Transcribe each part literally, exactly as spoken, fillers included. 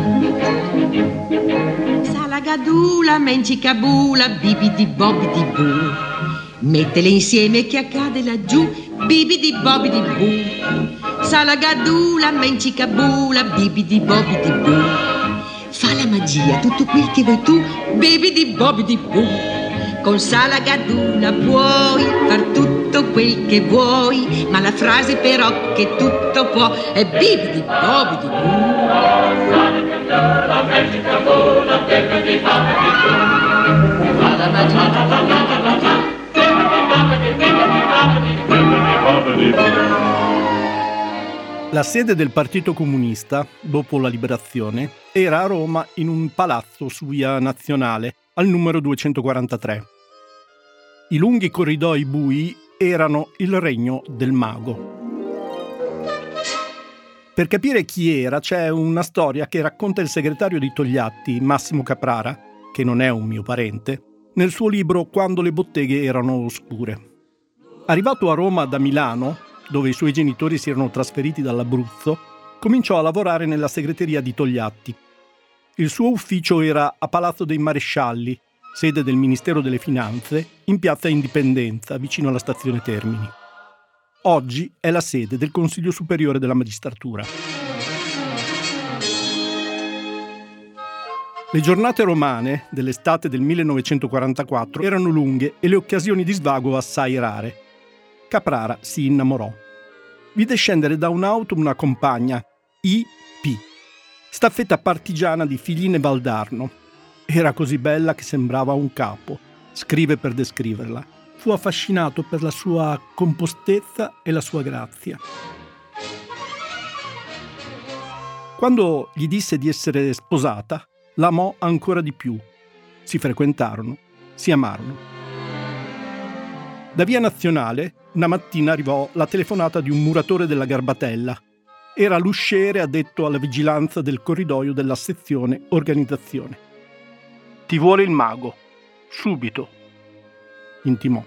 Salagadula, mencicabula, bibidi bobidi boo. Mettele insieme che accade laggiù, bibidi bobidi boo. Salagadula, mencicabula, bibidi bobidi boo. Fa la magia, tutto quel che vuoi tu, bibidi bobidi boo. Con Salagadula puoi far tutto quel che vuoi, ma la frase però che tutto può è bibidi bobidi boo. Salagadula, mencicabula, bibidi bobidi boo. Fa la magia, tutto quel che vuoi tu. La sede del Partito Comunista, dopo la liberazione, era a Roma in un palazzo su via Nazionale, al numero duecentoquarantatré. I lunghi corridoi bui erano il regno del mago. Per capire chi era c'è una storia che racconta il segretario di Togliatti, Massimo Caprara, che non è un mio parente, nel suo libro Quando le botteghe erano oscure. Arrivato a Roma da Milano, dove i suoi genitori si erano trasferiti dall'Abruzzo, cominciò a lavorare nella segreteria di Togliatti. Il suo ufficio era a Palazzo dei Marescialli, sede del Ministero delle Finanze, in piazza Indipendenza, vicino alla stazione Termini. Oggi è la sede del Consiglio Superiore della Magistratura. Le giornate romane dell'estate del millenovecentoquarantaquattro erano lunghe e le occasioni di svago assai rare. Caprara si innamorò. Vide scendere da un'auto una compagna, I P, staffetta partigiana di Figline Valdarno. Era così bella che sembrava un capo. Scrive per descriverla. Fu affascinato per la sua compostezza e la sua grazia. Quando gli disse di essere sposata, l'amò ancora di più. Si frequentarono, si amarono. Da via Nazionale, una mattina arrivò la telefonata di un muratore della Garbatella. Era l'usciere addetto alla vigilanza del corridoio della sezione organizzazione. «Ti vuole il mago. Subito», intimò.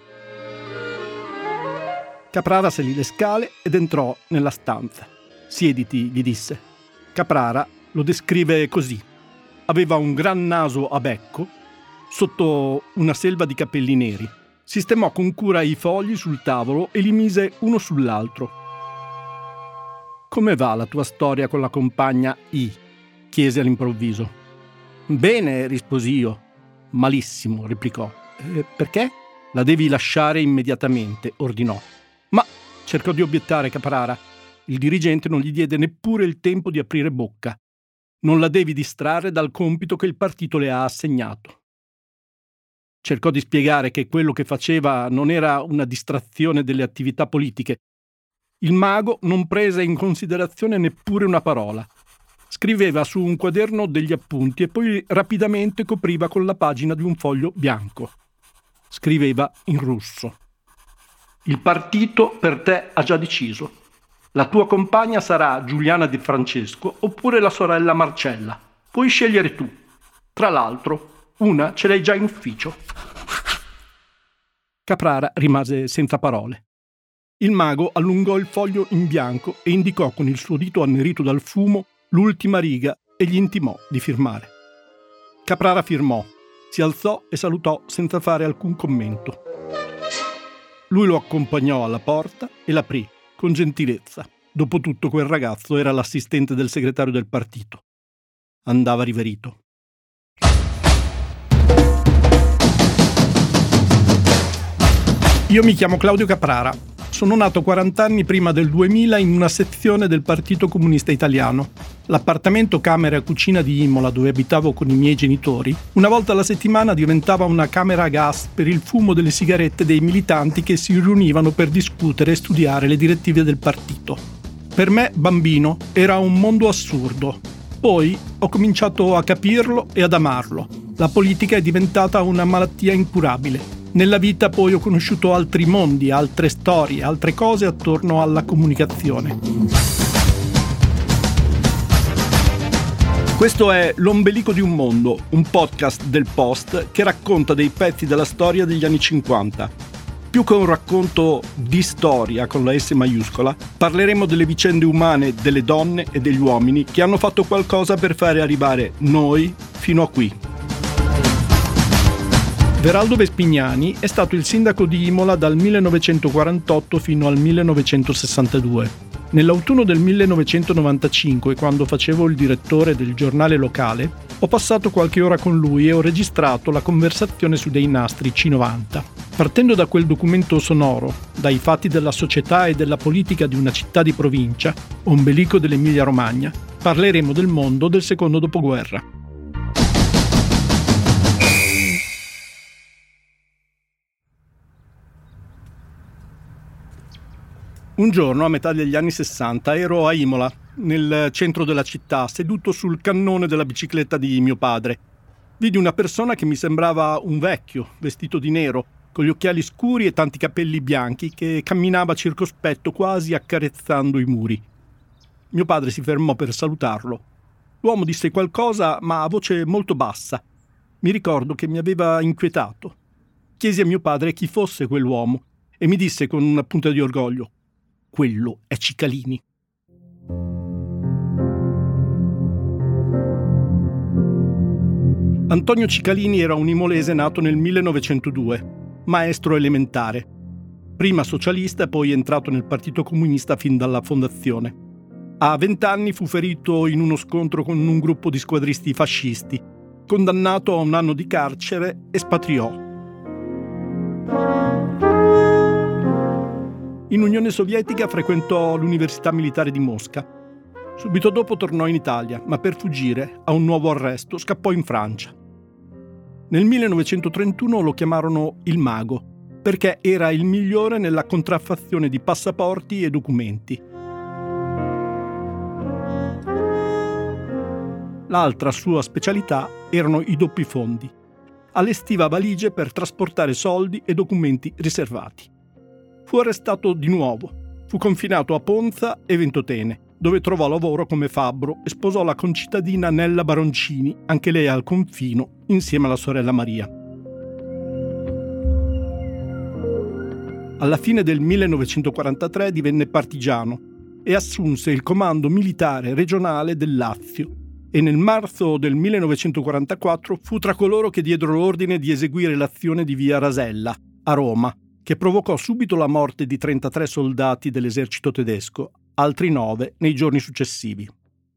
Caprara salì le scale ed entrò nella stanza. «Siediti», gli disse. Caprara lo descrive così. Aveva un gran naso a becco, sotto una selva di capelli neri. Sistemò con cura i fogli sul tavolo e li mise uno sull'altro. «Come va la tua storia con la compagna I?» chiese all'improvviso. «Bene», risposi io. «Malissimo», replicò. «Eh, perché?» «La devi lasciare immediatamente», ordinò. «Ma», cercò di obiettare Caprara, il dirigente non gli diede neppure il tempo di aprire bocca. «Non la devi distrarre dal compito che il partito le ha assegnato». Cercò di spiegare che quello che faceva non era una distrazione delle attività politiche. Il mago non prese in considerazione neppure una parola. Scriveva su un quaderno degli appunti e poi rapidamente copriva con la pagina di un foglio bianco. Scriveva in russo. «Il partito per te ha già deciso. La tua compagna sarà Giuliana Di Francesco oppure la sorella Marcella. Puoi scegliere tu. Tra l'altro, una ce l'hai già in ufficio». Caprara rimase senza parole. Il mago allungò il foglio in bianco e indicò con il suo dito annerito dal fumo l'ultima riga e gli intimò di firmare. Caprara firmò, si alzò e salutò senza fare alcun commento. Lui lo accompagnò alla porta e l'aprì con gentilezza. Dopotutto quel ragazzo era l'assistente del segretario del partito. Andava riverito. Io mi chiamo Claudio Caprara. Sono nato quaranta anni prima del duemila in una sezione del Partito Comunista Italiano. L'appartamento camera e cucina di Imola, dove abitavo con i miei genitori, una volta alla settimana diventava una camera a gas per il fumo delle sigarette dei militanti che si riunivano per discutere e studiare le direttive del partito. Per me, bambino, era un mondo assurdo. Poi ho cominciato a capirlo e ad amarlo. La politica è diventata una malattia incurabile. Nella vita poi ho conosciuto altri mondi, altre storie, altre cose attorno alla comunicazione. Questo è L'ombelico di un mondo, un podcast del Post che racconta dei pezzi della storia degli anni cinquanta. Più che un racconto di storia con la S maiuscola, parleremo delle vicende umane delle donne e degli uomini che hanno fatto qualcosa per fare arrivare noi fino a qui. Veraldo Vespignani è stato il sindaco di Imola dal millenovecentoquarantotto fino al millenovecentosessantadue. Nell'autunno del millenovecentonovantacinque, quando facevo il direttore del giornale locale, ho passato qualche ora con lui e ho registrato la conversazione su dei nastri C novanta. Partendo da quel documento sonoro, dai fatti della società e della politica di una città di provincia, ombelico dell'Emilia-Romagna, parleremo del mondo del secondo dopoguerra. Un giorno, a metà degli anni sessanta, ero a Imola, nel centro della città, seduto sul cannone della bicicletta di mio padre. Vidi una persona che mi sembrava un vecchio, vestito di nero, con gli occhiali scuri e tanti capelli bianchi, che camminava circospetto, quasi accarezzando i muri. Mio padre si fermò per salutarlo. L'uomo disse qualcosa, ma a voce molto bassa. Mi ricordo che mi aveva inquietato. Chiesi a mio padre chi fosse quell'uomo e mi disse con una punta di orgoglio: quello è Cicalini. Antonio Cicalini era un imolese nato nel millenovecentodue, maestro elementare. Prima socialista e poi entrato nel Partito Comunista fin dalla fondazione. A vent'anni fu ferito in uno scontro con un gruppo di squadristi fascisti. Condannato a un anno di carcere, espatriò. In Unione Sovietica frequentò l'Università Militare di Mosca. Subito dopo tornò in Italia, ma per fuggire a un nuovo arresto scappò in Francia. Nel millenovecentotrentuno lo chiamarono il Mago, perché era il migliore nella contraffazione di passaporti e documenti. L'altra sua specialità erano i doppi fondi. Allestiva valigie per trasportare soldi e documenti riservati. Fu arrestato di nuovo. Fu confinato a Ponza e Ventotene, dove trovò lavoro come fabbro e sposò la concittadina Nella Baroncini, anche lei al confino, insieme alla sorella Maria. Alla fine del millenovecentoquarantatré divenne partigiano e assunse il comando militare regionale del Lazio e nel marzo del millenovecentoquarantaquattro fu tra coloro che diedero l'ordine di eseguire l'azione di Via Rasella, a Roma, che provocò subito la morte di trentatré soldati dell'esercito tedesco, altri nove nei giorni successivi.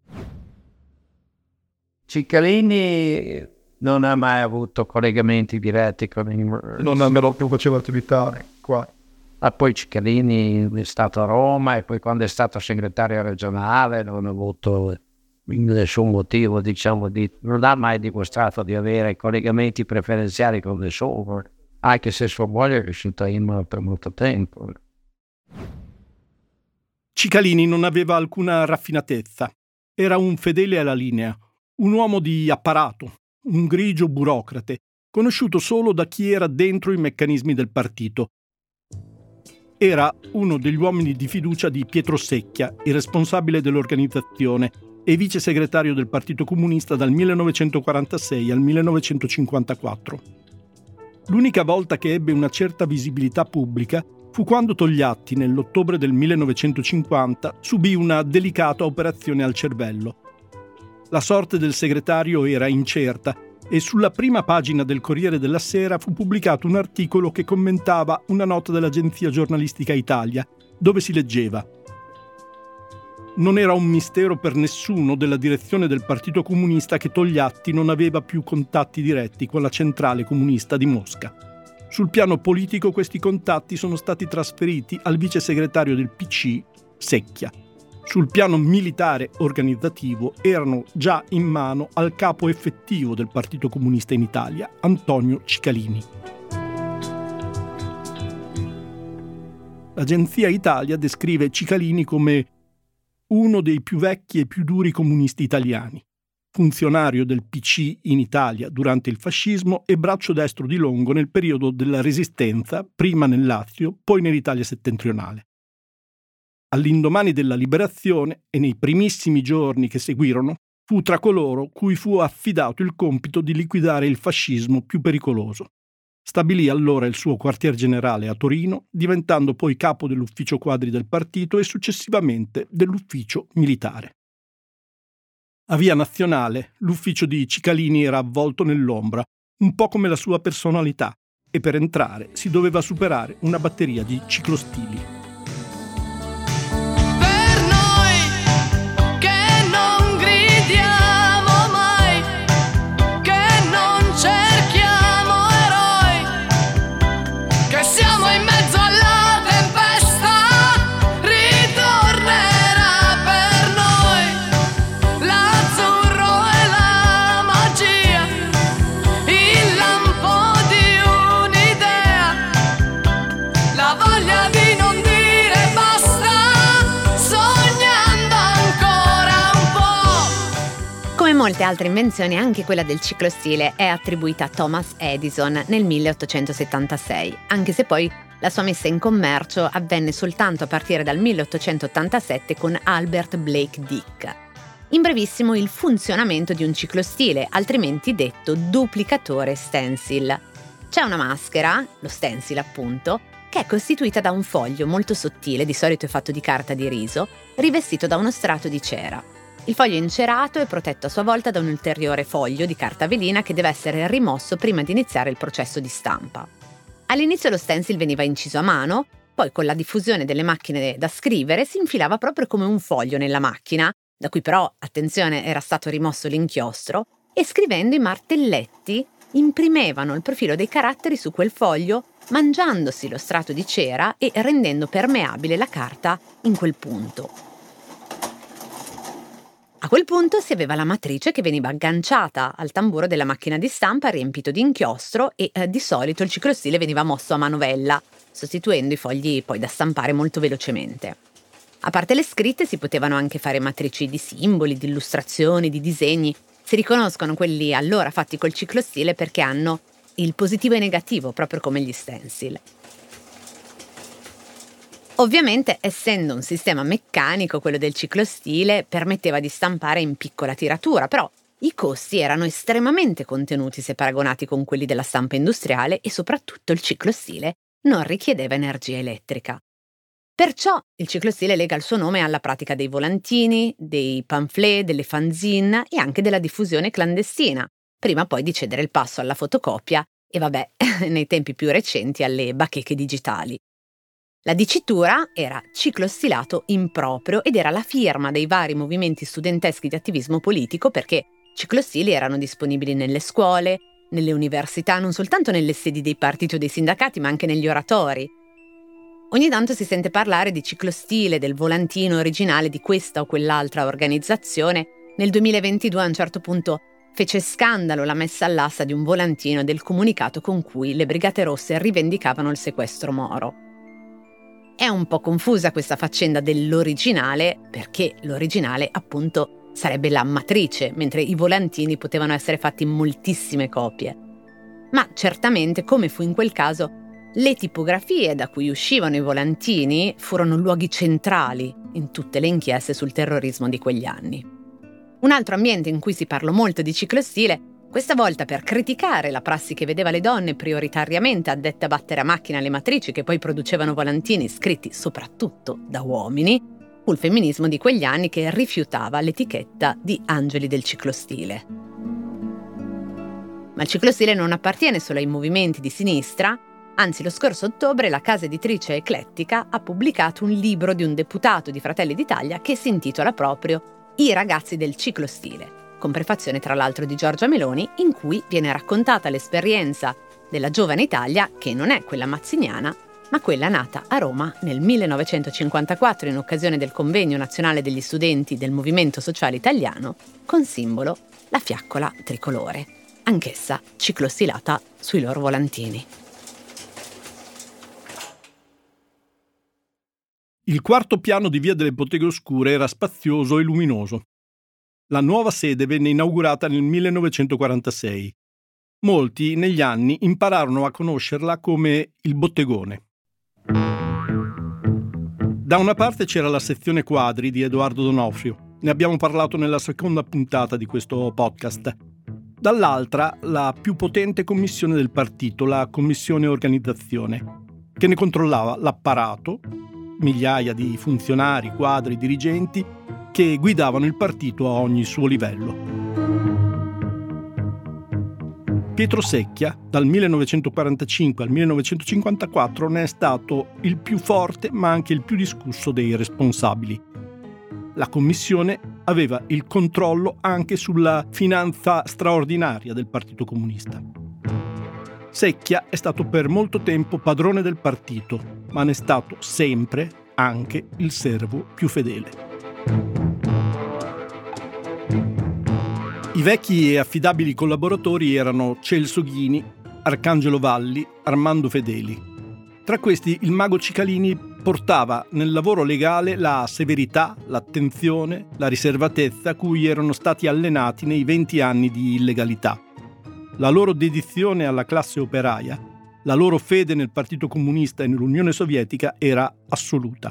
Cicalini non ha mai avuto collegamenti diretti con il... Non almeno più faceva attività qua. Ah, poi Cicalini è stato a Roma e poi quando è stato segretario regionale non ha avuto nessun motivo, diciamo, di... non ha mai dimostrato di avere collegamenti preferenziali con nessuno. Anche se sua moglie è cresciuta in per molto tempo. Cicalini non aveva alcuna raffinatezza. Era un fedele alla linea, un uomo di apparato, un grigio burocrate, conosciuto solo da chi era dentro i meccanismi del partito. Era uno degli uomini di fiducia di Pietro Secchia, il responsabile dell'organizzazione e vice segretario del Partito Comunista dal millenovecentoquarantasei al millenovecentocinquantaquattro. L'unica volta che ebbe una certa visibilità pubblica fu quando Togliatti, nell'ottobre del millenovecentocinquanta, subì una delicata operazione al cervello. La sorte del segretario era incerta e sulla prima pagina del Corriere della Sera fu pubblicato un articolo che commentava una nota dell'agenzia giornalistica Italia, dove si leggeva: non era un mistero per nessuno della direzione del Partito Comunista che Togliatti non aveva più contatti diretti con la centrale comunista di Mosca. Sul piano politico questi contatti sono stati trasferiti al vice segretario del P C, Secchia. Sul piano militare organizzativo erano già in mano al capo effettivo del Partito Comunista in Italia, Antonio Cicalini. L'agenzia Italia descrive Cicalini come uno dei più vecchi e più duri comunisti italiani, funzionario del P C in Italia durante il fascismo e braccio destro di Longo nel periodo della Resistenza, prima nel Lazio, poi nell'Italia settentrionale. All'indomani della liberazione e nei primissimi giorni che seguirono, fu tra coloro cui fu affidato il compito di liquidare il fascismo più pericoloso. Stabilì allora il suo quartier generale a Torino, diventando poi capo dell'ufficio quadri del partito e successivamente dell'ufficio militare. A Via Nazionale l'ufficio di Cicalini era avvolto nell'ombra, un po' come la sua personalità, e per entrare si doveva superare una batteria di ciclostili. Molte altre invenzioni, anche quella del ciclostile è attribuita a Thomas Edison nel milleottocentosettantasei, anche se poi la sua messa in commercio avvenne soltanto a partire dal milleottocentottantasette con Albert Blake Dick. In brevissimo, il funzionamento di un ciclostile, altrimenti detto duplicatore stencil. C'è una maschera, lo stencil appunto, che è costituita da un foglio molto sottile, di solito è fatto di carta di riso, rivestito da uno strato di cera. Il foglio incerato è protetto a sua volta da un ulteriore foglio di carta velina che deve essere rimosso prima di iniziare il processo di stampa. All'inizio lo stencil veniva inciso a mano, poi con la diffusione delle macchine da scrivere si infilava proprio come un foglio nella macchina, da cui però, attenzione, era stato rimosso l'inchiostro, e scrivendo i martelletti imprimevano il profilo dei caratteri su quel foglio, mangiandosi lo strato di cera e rendendo permeabile la carta in quel punto. A quel punto si aveva la matrice che veniva agganciata al tamburo della macchina di stampa riempito di inchiostro e eh, di solito il ciclostile veniva mosso a manovella, sostituendo i fogli poi da stampare molto velocemente. A parte le scritte si potevano anche fare matrici di simboli, di illustrazioni, di disegni. Si riconoscono quelli allora fatti col ciclostile perché hanno il positivo e negativo, proprio come gli stencil. Ovviamente, essendo un sistema meccanico, quello del ciclostile permetteva di stampare in piccola tiratura, però i costi erano estremamente contenuti se paragonati con quelli della stampa industriale e soprattutto il ciclostile non richiedeva energia elettrica. Perciò il ciclostile lega il suo nome alla pratica dei volantini, dei pamphlet, delle fanzine e anche della diffusione clandestina, prima poi di cedere il passo alla fotocopia e vabbè, nei tempi più recenti alle bacheche digitali. La dicitura era ciclostilato improprio ed era la firma dei vari movimenti studenteschi di attivismo politico perché ciclostili erano disponibili nelle scuole, nelle università, non soltanto nelle sedi dei partiti o dei sindacati, ma anche negli oratori. Ogni tanto si sente parlare di ciclostile, del volantino originale di questa o quell'altra organizzazione. Nel duemilaventidue a un certo punto fece scandalo la messa all'asta di un volantino del comunicato con cui le Brigate Rosse rivendicavano il sequestro Moro. È un po' confusa questa faccenda dell'originale, perché l'originale appunto sarebbe la matrice, mentre i volantini potevano essere fatti in moltissime copie. Ma certamente, come fu in quel caso, le tipografie da cui uscivano i volantini furono luoghi centrali in tutte le inchieste sul terrorismo di quegli anni. Un altro ambiente in cui si parlò molto di ciclostile, questa volta per criticare la prassi che vedeva le donne prioritariamente addette a battere a macchina le matrici che poi producevano volantini scritti soprattutto da uomini, fu il femminismo di quegli anni che rifiutava l'etichetta di angeli del ciclostile. Ma il ciclostile non appartiene solo ai movimenti di sinistra, anzi lo scorso ottobre la casa editrice Eclettica ha pubblicato un libro di un deputato di Fratelli d'Italia che si intitola proprio I ragazzi del ciclostile, con prefazione tra l'altro di Giorgia Meloni, in cui viene raccontata l'esperienza della giovane Italia, che non è quella mazziniana, ma quella nata a Roma nel millenovecentocinquantaquattro in occasione del Convegno Nazionale degli Studenti del Movimento Sociale Italiano, con simbolo la fiaccola tricolore, anch'essa ciclostilata sui loro volantini. Il quarto piano di Via delle Botteghe Oscure era spazioso e luminoso. La nuova sede venne inaugurata nel millenovecentoquarantasei. Molti, negli anni, impararono a conoscerla come il Bottegone. Da una parte c'era la sezione quadri di Edoardo D'Onofrio. Ne abbiamo parlato nella seconda puntata di questo podcast. dall'altra la più potente commissione del partito, la Commissione Organizzazione, che ne controllava l'apparato, migliaia di funzionari, quadri, dirigenti che guidavano il partito a ogni suo livello. Pietro Secchia, dal millenovecentoquarantacinque al millenovecentocinquantaquattro, ne è stato il più forte ma anche il più discusso dei responsabili. La commissione aveva il controllo anche sulla finanza straordinaria del Partito Comunista. Secchia è stato per molto tempo padrone del partito, ma ne è stato sempre anche il servo più fedele. I vecchi e affidabili collaboratori erano Celso Ghini, Arcangelo Valli, Armando Fedeli. Tra questi il mago Cicalini portava nel lavoro legale la severità, l'attenzione, la riservatezza a cui erano stati allenati nei venti anni di illegalità. La loro dedizione alla classe operaia, la loro fede nel Partito Comunista e nell'Unione Sovietica era assoluta.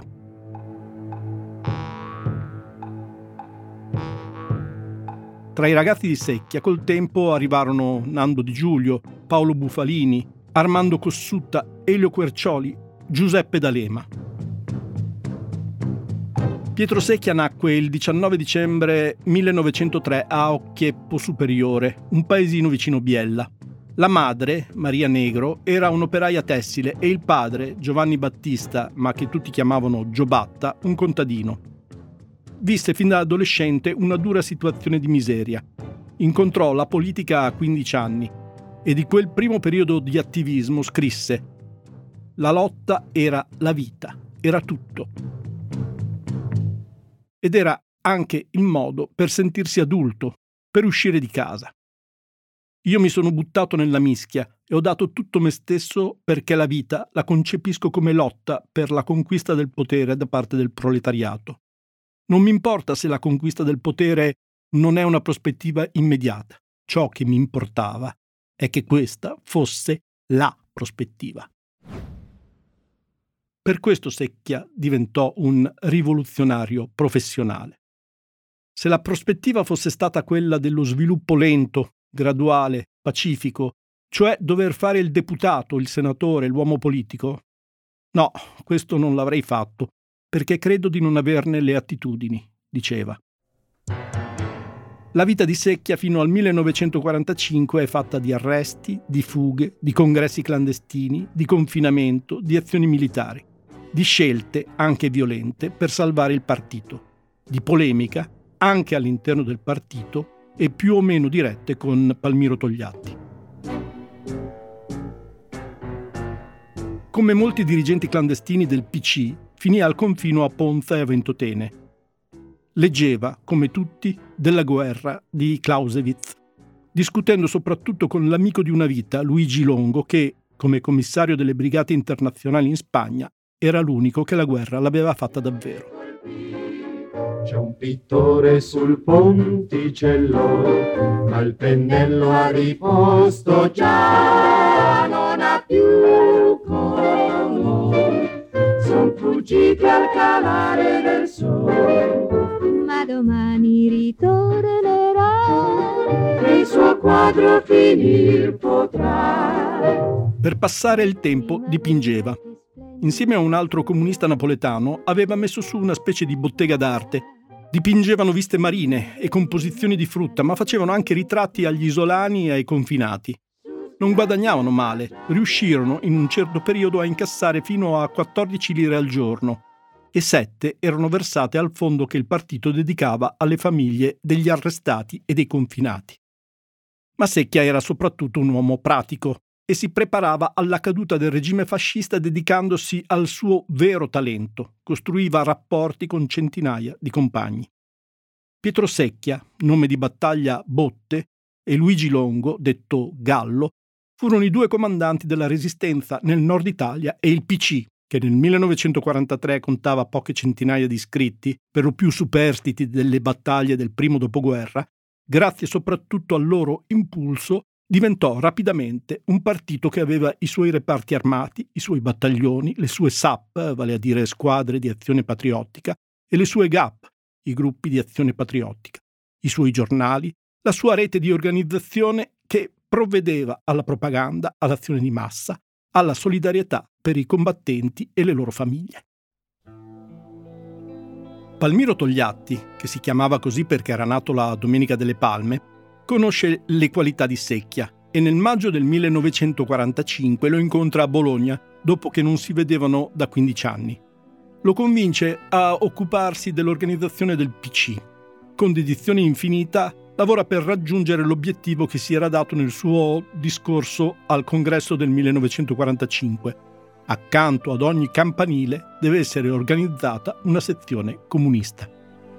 Tra i ragazzi di Secchia col tempo arrivarono Nando Di Giulio, Paolo Bufalini, Armando Cossutta, Elio Quercioli, Giuseppe D'Alema. Pietro Secchia nacque il diciannove dicembre millenovecentotre a Occhieppo Superiore, un paesino vicino Biella. La madre, Maria Negro, era un'operaia tessile e il padre, Giovanni Battista, ma che tutti chiamavano Giobatta, un contadino. Visse fin da adolescente una dura situazione di miseria. Incontrò la politica a quindici anni e di quel primo periodo di attivismo scrisse: «La lotta era la vita, era tutto». Ed era anche il modo per sentirsi adulto, per uscire di casa. Io mi sono buttato nella mischia e ho dato tutto me stesso perché la vita la concepisco come lotta per la conquista del potere da parte del proletariato. Non mi importa se la conquista del potere non è una prospettiva immediata. Ciò che mi importava è che questa fosse la prospettiva. Per questo Secchia diventò un rivoluzionario professionale. Se la prospettiva fosse stata quella dello sviluppo lento, graduale, pacifico, cioè dover fare il deputato, il senatore, l'uomo politico, no, questo non l'avrei fatto, perché credo di non averne le attitudini, diceva. La vita di Secchia fino al millenovecentoquarantacinque è fatta di arresti, di fughe, di congressi clandestini, di confinamento, di azioni militari, di scelte, anche violente, per salvare il partito, di polemica, anche all'interno del partito, e più o meno dirette con Palmiro Togliatti. Come molti dirigenti clandestini del P C, finì al confino a Ponza e a Ventotene. Leggeva, come tutti, della guerra di Clausewitz, discutendo soprattutto con l'amico di una vita, Luigi Longo, che, come commissario delle brigate internazionali in Spagna, era l'unico che la guerra l'aveva fatta davvero. C'è un pittore sul ponticello, ma il pennello ha riposto già, non ha più colore, son fuggiti al calare del sole, ma domani ritornerà, e il suo quadro finir potrà. Per passare il tempo dipingeva. Insieme a un altro comunista napoletano aveva messo su una specie di bottega d'arte. Dipingevano viste marine e composizioni di frutta, ma facevano anche ritratti agli isolani e ai confinati. Non guadagnavano male, riuscirono in un certo periodo a incassare fino a quattordici lire al giorno e sette erano versate al fondo che il partito dedicava alle famiglie degli arrestati e dei confinati. Ma Secchia era soprattutto un uomo pratico e si preparava alla caduta del regime fascista dedicandosi al suo vero talento, costruiva rapporti con centinaia di compagni. Pietro Secchia, nome di battaglia Botte, e Luigi Longo, detto Gallo, furono i due comandanti della resistenza nel nord Italia e il P C, che nel millenovecentoquarantatré contava poche centinaia di iscritti, per lo più superstiti delle battaglie del primo dopoguerra, grazie soprattutto al loro impulso, diventò rapidamente un partito che aveva i suoi reparti armati, i suoi battaglioni, le sue S A P, vale a dire squadre di azione patriottica, e le sue G A P, i gruppi di azione patriottica, i suoi giornali, la sua rete di organizzazione che provvedeva alla propaganda, all'azione di massa, alla solidarietà per i combattenti e le loro famiglie. Palmiro Togliatti, che si chiamava così perché era nato la Domenica delle Palme, conosce le qualità di Secchia e nel maggio del millenovecentoquarantacinque lo incontra a Bologna dopo che non si vedevano da quindici anni. Lo convince a occuparsi dell'organizzazione del P C. Con dedizione infinita lavora per raggiungere l'obiettivo che si era dato nel suo discorso al congresso del millenovecentoquarantacinque. Accanto ad ogni campanile deve essere organizzata una sezione comunista.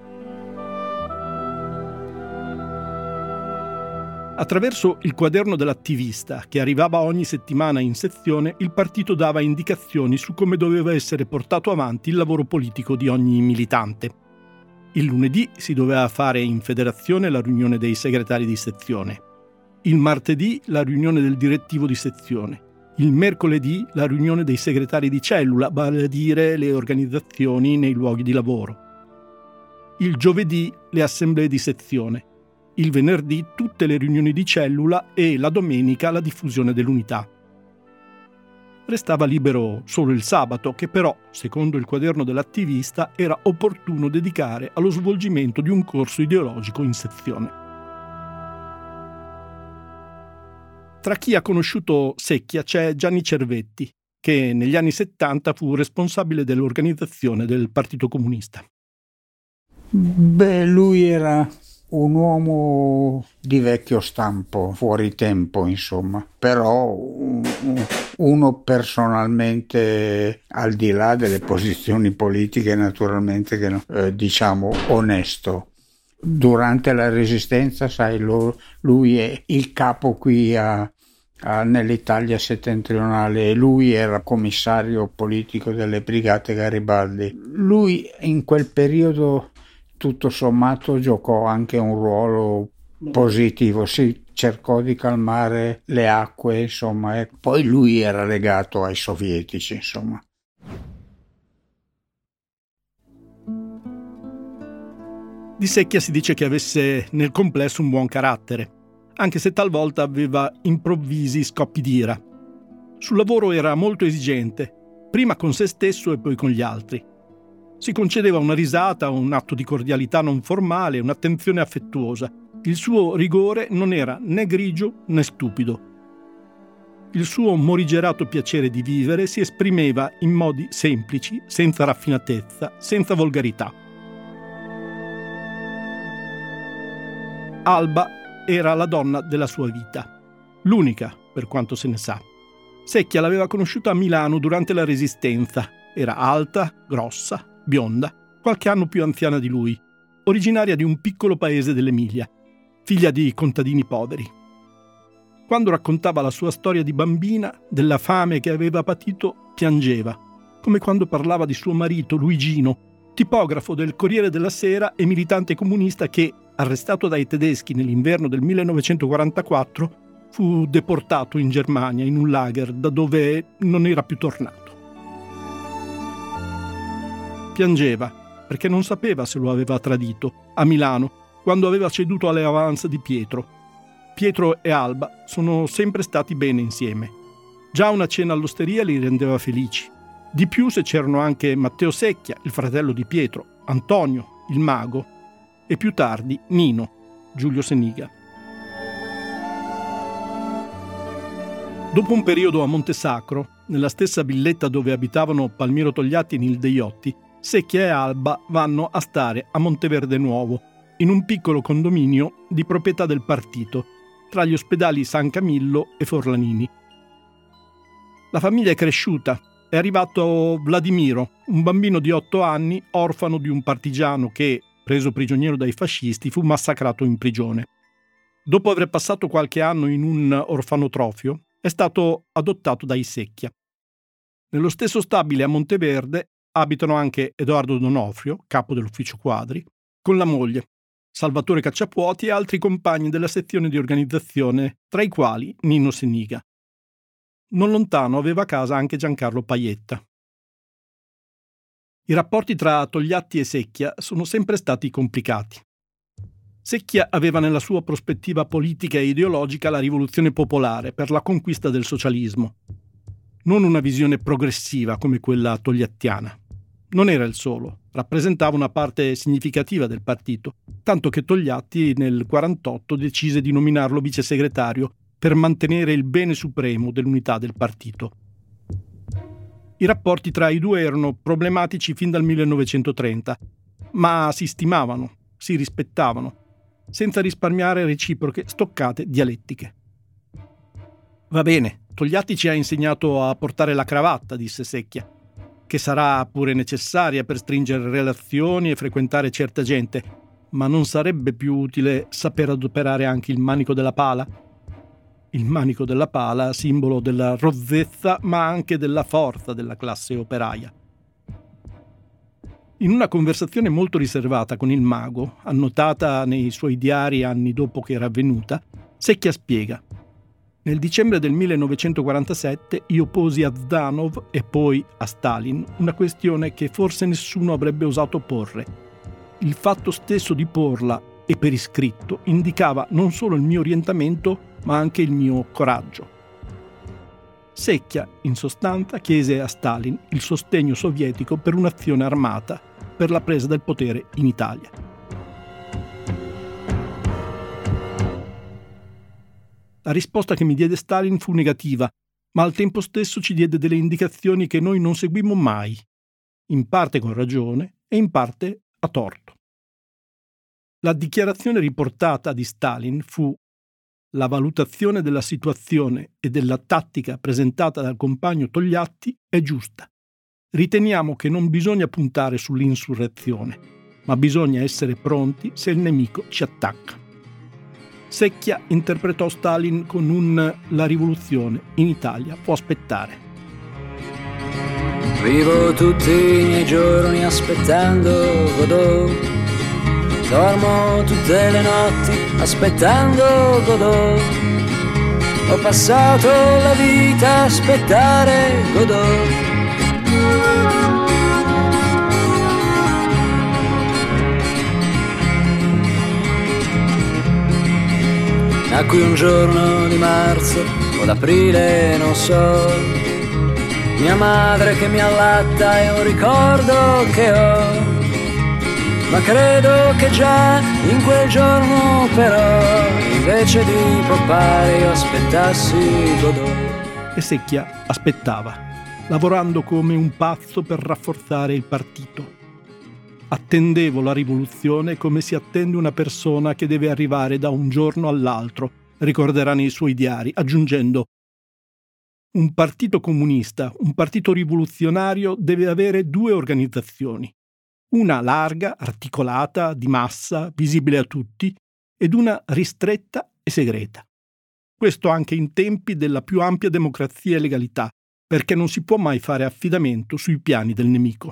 Attraverso il quaderno dell'attivista, che arrivava ogni settimana in sezione, il partito dava indicazioni su come doveva essere portato avanti il lavoro politico di ogni militante. Il lunedì si doveva fare in federazione la riunione dei segretari di sezione. Il martedì la riunione del direttivo di sezione. Il mercoledì la riunione dei segretari di cellula, vale a dire le organizzazioni nei luoghi di lavoro. Il giovedì le assemblee di sezione. Il venerdì tutte le riunioni di cellula e la domenica la diffusione dell'unità. Restava libero solo il sabato, che però, secondo il quaderno dell'attivista, era opportuno dedicare allo svolgimento di un corso ideologico in sezione. Tra chi ha conosciuto Secchia c'è Gianni Cervetti, che negli anni settanta fu responsabile dell'organizzazione del Partito Comunista. Beh, lui era un uomo di vecchio stampo, fuori tempo, insomma, però uno personalmente, al di là delle posizioni politiche, naturalmente, che no, eh, diciamo onesto. Durante la Resistenza, sai, lo, lui è il capo qui a, a, nell'Italia settentrionale, e lui era commissario politico delle Brigate Garibaldi. Lui in quel periodo, tutto sommato, giocò anche un ruolo positivo, si cercò di calmare le acque, insomma, e poi lui era legato ai sovietici, insomma. Di Secchia si dice che avesse nel complesso un buon carattere, anche se talvolta aveva improvvisi scoppi d'ira. Sul lavoro era molto esigente, prima con se stesso e poi con gli altri. Si concedeva una risata, un atto di cordialità non formale, un'attenzione affettuosa. Il suo rigore non era né grigio né stupido. Il suo morigerato piacere di vivere si esprimeva in modi semplici, senza raffinatezza, senza volgarità. Alba era la donna della sua vita, l'unica per quanto se ne sa. Secchia l'aveva conosciuta a Milano durante la Resistenza. Era alta, grossa, bionda, qualche anno più anziana di lui, originaria di un piccolo paese dell'Emilia, figlia di contadini poveri. Quando raccontava la sua storia di bambina, della fame che aveva patito, piangeva, come quando parlava di suo marito Luigino, tipografo del Corriere della Sera e militante comunista che, arrestato dai tedeschi nell'inverno del millenovecentoquarantaquattro, fu deportato in Germania in un lager da dove non era più tornato. Piangeva perché non sapeva se lo aveva tradito a Milano quando aveva ceduto alle avance di Pietro. Pietro e Alba sono sempre stati bene insieme. Già una cena all'osteria li rendeva felici. Di più se c'erano anche Matteo Secchia, il fratello di Pietro, Antonio, il mago, e più tardi Nino, Giulio Seniga. Dopo un periodo a Montesacro, nella stessa villetta dove abitavano Palmiro Togliatti e Nilde Iotti, Secchia e Alba vanno a stare a Monteverde Nuovo, in un piccolo condominio di proprietà del partito, tra gli ospedali San Camillo e Forlanini. La famiglia è cresciuta. È arrivato Vladimiro, un bambino di otto anni, orfano di un partigiano che, preso prigioniero dai fascisti, fu massacrato in prigione. Dopo aver passato qualche anno in un orfanotrofio, è stato adottato dai Secchia. Nello stesso stabile a Monteverde abitano anche Edoardo Donofrio, capo dell'ufficio quadri, con la moglie, Salvatore Cacciapuoti e altri compagni della sezione di organizzazione, tra i quali Nino Seniga. Non lontano aveva casa anche Giancarlo Paietta. I rapporti tra Togliatti e Secchia sono sempre stati complicati. Secchia aveva nella sua prospettiva politica e ideologica la rivoluzione popolare per la conquista del socialismo, non una visione progressiva come quella togliattiana. Non era il solo, rappresentava una parte significativa del partito, tanto che Togliatti nel quarantotto decise di nominarlo vice segretario per mantenere il bene supremo dell'unità del partito. I rapporti tra i due erano problematici fin dal millenovecentotrenta, ma si stimavano, si rispettavano, senza risparmiare reciproche stoccate dialettiche. Va bene, Togliatti ci ha insegnato a portare la cravatta, disse Secchia, che sarà pure necessaria per stringere relazioni e frequentare certa gente, ma non sarebbe più utile saper adoperare anche il manico della pala? Il manico della pala, simbolo della rozzezza, ma anche della forza della classe operaia. In una conversazione molto riservata con il mago, annotata nei suoi diari anni dopo che era avvenuta, Secchia spiega: nel dicembre del millenovecentoquarantasette io posi a Zdanov e poi a Stalin una questione che forse nessuno avrebbe osato porre. Il fatto stesso di porla, e per iscritto, indicava non solo il mio orientamento, ma anche il mio coraggio. Secchia, in sostanza, chiese a Stalin il sostegno sovietico per un'azione armata per la presa del potere in Italia. La risposta che mi diede Stalin fu negativa, ma al tempo stesso ci diede delle indicazioni che noi non seguimmo mai, in parte con ragione e in parte a torto. La dichiarazione riportata di Stalin fu: la valutazione della situazione e della tattica presentata dal compagno Togliatti è giusta. Riteniamo che non bisogna puntare sull'insurrezione, ma bisogna essere pronti se il nemico ci attacca. Secchia interpretò Stalin con un «la rivoluzione in Italia può aspettare». Vivo tutti i miei giorni aspettando Godot. Dormo tutte le notti aspettando Godot. Ho passato la vita a aspettare Godot. Nacqui un giorno di marzo o d'aprile, non so. Mia madre che mi allatta è un ricordo che ho. Ma credo che già in quel giorno però, invece di poppare, io aspettassi Godot. E Secchia aspettava, lavorando come un pazzo per rafforzare il partito. Attendevo la rivoluzione come si attende una persona che deve arrivare da un giorno all'altro, ricorderà nei suoi diari, aggiungendo: un partito comunista, un partito rivoluzionario deve avere due organizzazioni. Una larga, articolata, di massa, visibile a tutti, ed una ristretta e segreta. Questo anche in tempi della più ampia democrazia e legalità, perché non si può mai fare affidamento sui piani del nemico.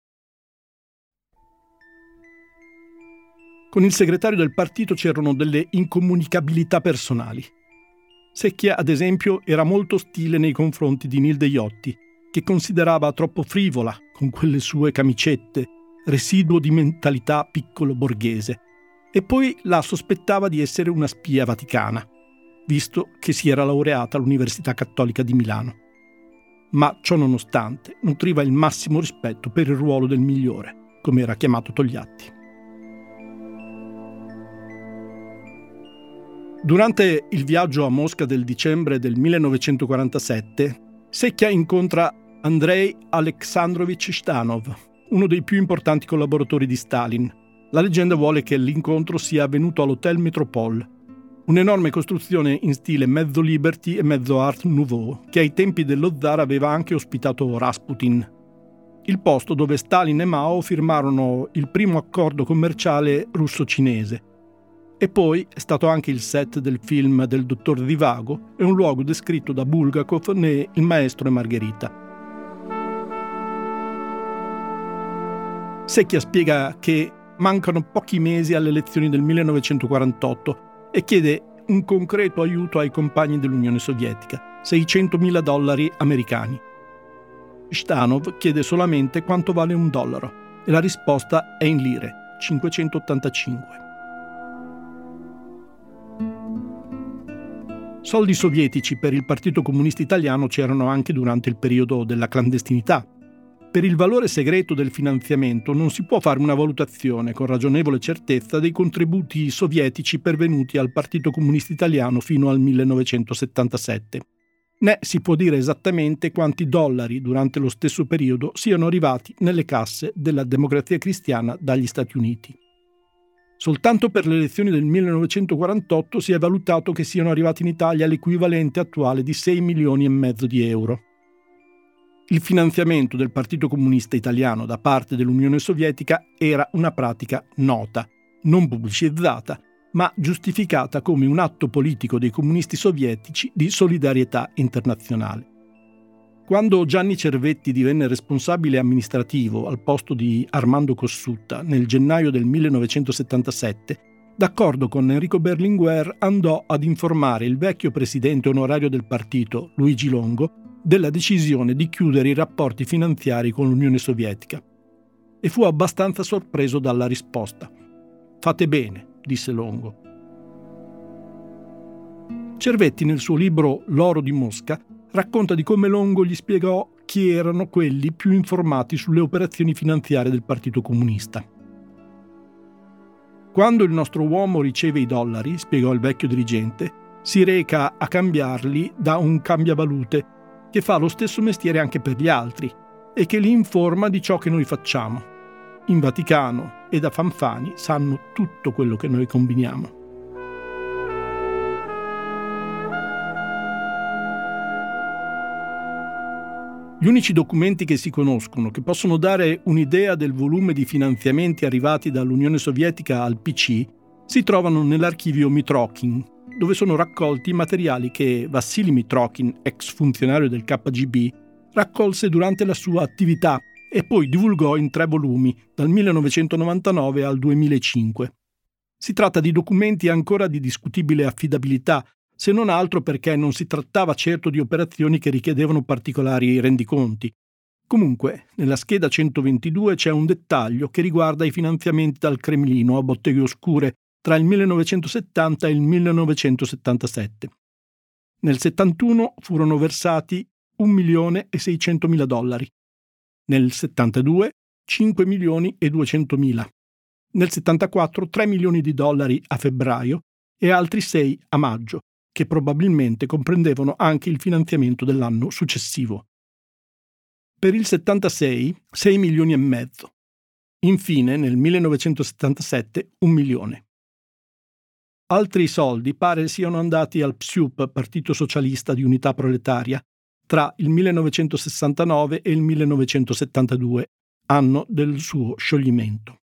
Con il segretario del partito c'erano delle incomunicabilità personali. Secchia, ad esempio, era molto ostile nei confronti di Nilde Iotti, che considerava troppo frivola con quelle sue camicette, residuo di mentalità piccolo borghese, e poi la sospettava di essere una spia vaticana, visto che si era laureata all'Università Cattolica di Milano. Ma ciò nonostante nutriva il massimo rispetto per il ruolo del migliore, come era chiamato Togliatti. Durante il viaggio a Mosca del dicembre del millenovecentoquarantasette, Secchia incontra Andrei Alexandrovich Zhdanov, uno dei più importanti collaboratori di Stalin. La leggenda vuole che l'incontro sia avvenuto all'Hotel Metropole, un'enorme costruzione in stile mezzo Liberty e mezzo Art Nouveau, che ai tempi dello zar aveva anche ospitato Rasputin. Il posto dove Stalin e Mao firmarono il primo accordo commerciale russo-cinese. E poi è stato anche il set del film del dottor Zivago e un luogo descritto da Bulgakov ne Il maestro e Margherita. Secchia spiega che mancano pochi mesi alle elezioni del millenovecentoquarantotto e chiede un concreto aiuto ai compagni dell'Unione Sovietica, seicentomila dollari americani. Zhdanov chiede solamente quanto vale un dollaro e la risposta è in lire, cinquecentottantacinque. Soldi sovietici per il Partito Comunista Italiano c'erano anche durante il periodo della clandestinità. Per il valore segreto del finanziamento non si può fare una valutazione con ragionevole certezza dei contributi sovietici pervenuti al Partito Comunista Italiano fino al millenovecentosettantasette. Né si può dire esattamente quanti dollari durante lo stesso periodo siano arrivati nelle casse della Democrazia Cristiana dagli Stati Uniti. Soltanto per le elezioni del millenovecentoquarantotto si è valutato che siano arrivati in Italia l'equivalente attuale di sei milioni e mezzo di euro. Il finanziamento del Partito Comunista Italiano da parte dell'Unione Sovietica era una pratica nota, non pubblicizzata, ma giustificata come un atto politico dei comunisti sovietici di solidarietà internazionale. Quando Gianni Cervetti divenne responsabile amministrativo al posto di Armando Cossutta nel gennaio del millenovecentosettantasette, d'accordo con Enrico Berlinguer andò ad informare il vecchio presidente onorario del partito, Luigi Longo, della decisione di chiudere i rapporti finanziari con l'Unione Sovietica. E fu abbastanza sorpreso dalla risposta. «Fate bene», disse Longo. Cervetti, nel suo libro L'oro di Mosca, racconta di come Longo gli spiegò chi erano quelli più informati sulle operazioni finanziarie del Partito Comunista. Quando il nostro uomo riceve i dollari, spiegò il vecchio dirigente, si reca a cambiarli da un cambiavalute che fa lo stesso mestiere anche per gli altri e che li informa di ciò che noi facciamo. In Vaticano e da Fanfani sanno tutto quello che noi combiniamo. Gli unici documenti che si conoscono che possono dare un'idea del volume di finanziamenti arrivati dall'Unione Sovietica al P C si trovano nell'archivio Mitrokhin, dove sono raccolti i materiali che Vassili Mitrokhin, ex funzionario del K G B, raccolse durante la sua attività e poi divulgò in tre volumi dal millenovecentonovantanove al duemilacinque. Si tratta di documenti ancora di discutibile affidabilità, se non altro perché non si trattava certo di operazioni che richiedevano particolari rendiconti. Comunque, nella scheda centoventidue c'è un dettaglio che riguarda i finanziamenti dal Cremlino a botteghe oscure tra il millenovecentosettanta e il millenovecentosettantasette. Nel settantuno furono versati un milione e seicentomila dollari. Nel settantadue cinque milioni e duecentomila. Nel settantaquattro tre milioni di dollari a febbraio e altri sei a maggio, che probabilmente comprendevano anche il finanziamento dell'anno successivo. Per il settantasei sei milioni e mezzo. Infine, nel millenovecentosettantasette un milione. Altri soldi pare siano andati al P S U P, Partito Socialista di Unità Proletaria, tra il millenovecentosessantanove e il millenovecentosettantadue, anno del suo scioglimento.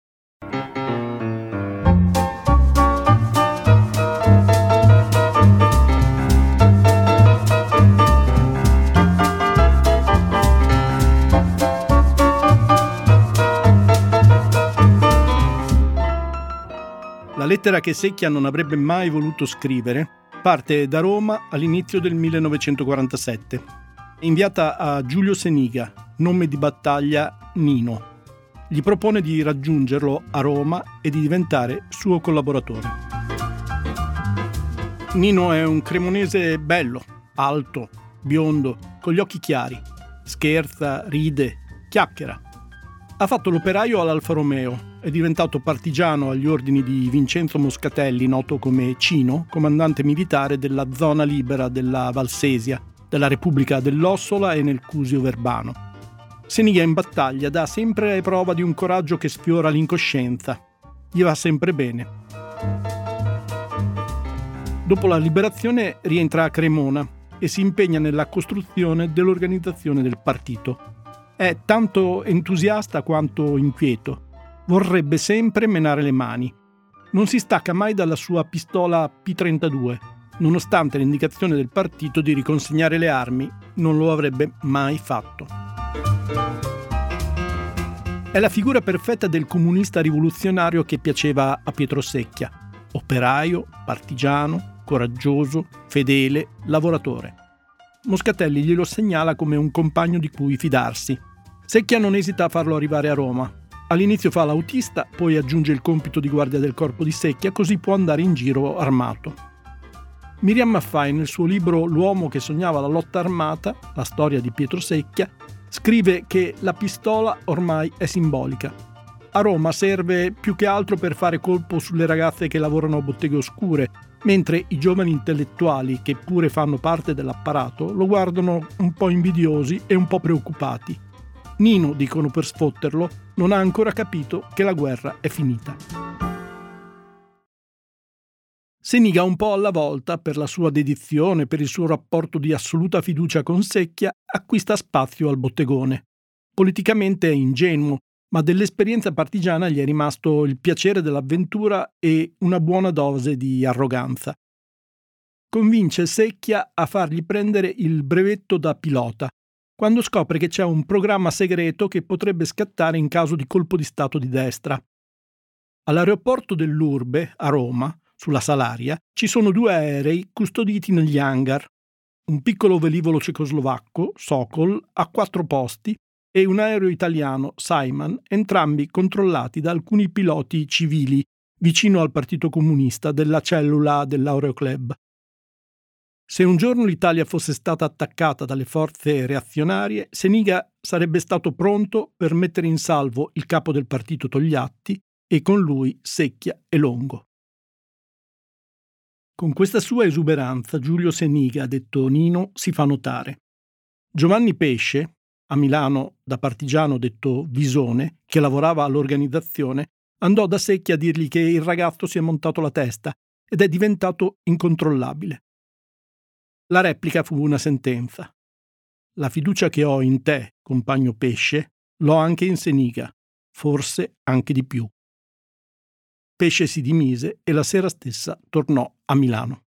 La lettera che Secchia non avrebbe mai voluto scrivere parte da Roma all'inizio del millenovecentoquarantasette, inviata a Giulio Seniga, nome di battaglia Nino. Gli propone di raggiungerlo a Roma e di diventare suo collaboratore. Nino è un cremonese bello, alto, biondo, con gli occhi chiari. Scherza, ride, chiacchiera. Ha fatto l'operaio all'Alfa Romeo. È diventato partigiano agli ordini di Vincenzo Moscatelli, noto come Cino, comandante militare della zona libera della Valsesia, della Repubblica dell'Ossola e nel Cusio Verbano. Seniga in battaglia dà sempre prova di un coraggio che sfiora l'incoscienza. Gli va sempre bene. Dopo la liberazione rientra a Cremona e si impegna nella costruzione dell'organizzazione del partito. È tanto entusiasta quanto inquieto. Vorrebbe sempre menare le mani. Non si stacca mai dalla sua pistola P trentadue. Nonostante l'indicazione del partito di riconsegnare le armi, non lo avrebbe mai fatto. È la figura perfetta del comunista rivoluzionario che piaceva a Pietro Secchia. Operaio, partigiano, coraggioso, fedele, lavoratore. Moscatelli glielo segnala come un compagno di cui fidarsi. Secchia non esita a farlo arrivare a Roma. All'inizio fa l'autista, poi aggiunge il compito di guardia del corpo di Secchia, così può andare in giro armato. Miriam Maffei, nel suo libro L'uomo che sognava la lotta armata, la storia di Pietro Secchia, scrive che la pistola ormai è simbolica. A Roma serve più che altro per fare colpo sulle ragazze che lavorano a botteghe oscure, mentre i giovani intellettuali, che pure fanno parte dell'apparato, lo guardano un po' invidiosi e un po' preoccupati. Nino, dicono per sfotterlo, non ha ancora capito che la guerra è finita. Seniga un po' alla volta, per la sua dedizione, per il suo rapporto di assoluta fiducia con Secchia, acquista spazio al bottegone. Politicamente è ingenuo, ma dell'esperienza partigiana gli è rimasto il piacere dell'avventura e una buona dose di arroganza. Convince Secchia a fargli prendere il brevetto da pilota, quando scopre che c'è un programma segreto che potrebbe scattare in caso di colpo di stato di destra. All'aeroporto dell'Urbe, a Roma, sulla Salaria, ci sono due aerei custoditi negli hangar, un piccolo velivolo cecoslovacco, Sokol, a quattro posti, e un aereo italiano, Saiman, entrambi controllati da alcuni piloti civili vicino al Partito Comunista della cellula dell'Aeroclub. Se un giorno l'Italia fosse stata attaccata dalle forze reazionarie, Seniga sarebbe stato pronto per mettere in salvo il capo del partito Togliatti e con lui Secchia e Longo. Con questa sua esuberanza Giulio Seniga, detto Nino, si fa notare. Giovanni Pesce, a Milano da partigiano detto Visone, che lavorava all'organizzazione, andò da Secchia a dirgli che il ragazzo si è montato la testa ed è diventato incontrollabile. La replica fu una sentenza. La fiducia che ho in te, compagno Pesce, l'ho anche in Seniga, forse anche di più. Pesce si dimise e la sera stessa tornò a Milano.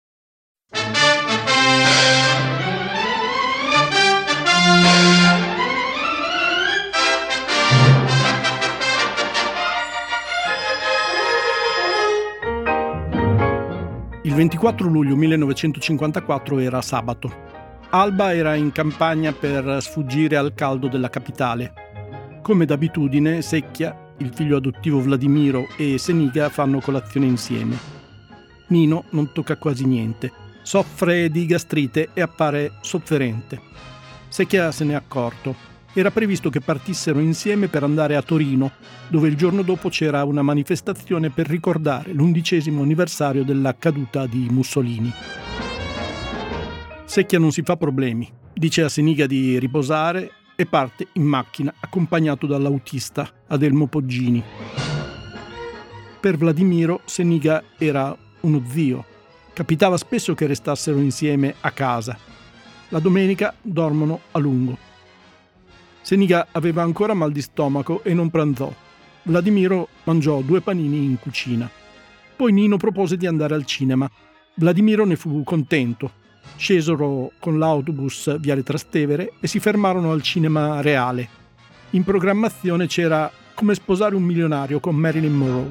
Il ventiquattro luglio millenovecentocinquantaquattro era sabato. Alba era in campagna per sfuggire al caldo della capitale. Come d'abitudine, Secchia, il figlio adottivo Vladimiro e Seniga fanno colazione insieme. Nino non tocca quasi niente, soffre di gastrite e appare sofferente. Secchia se n'è accorto. Era previsto che partissero insieme per andare a Torino, dove il giorno dopo c'era una manifestazione per ricordare l'undicesimo anniversario della caduta di Mussolini. Secchia non si fa problemi, dice a Seniga di riposare e parte in macchina accompagnato dall'autista Adelmo Poggini. Per Vladimiro Seniga era uno zio. Capitava spesso che restassero insieme a casa. La domenica dormono a lungo. Seniga aveva ancora mal di stomaco e non pranzò. Vladimiro mangiò due panini in cucina. Poi Nino propose di andare al cinema. Vladimiro ne fu contento. Scesero con l'autobus Viale Trastevere e si fermarono al Cinema Reale. In programmazione c'era Come sposare un milionario con Marilyn Monroe.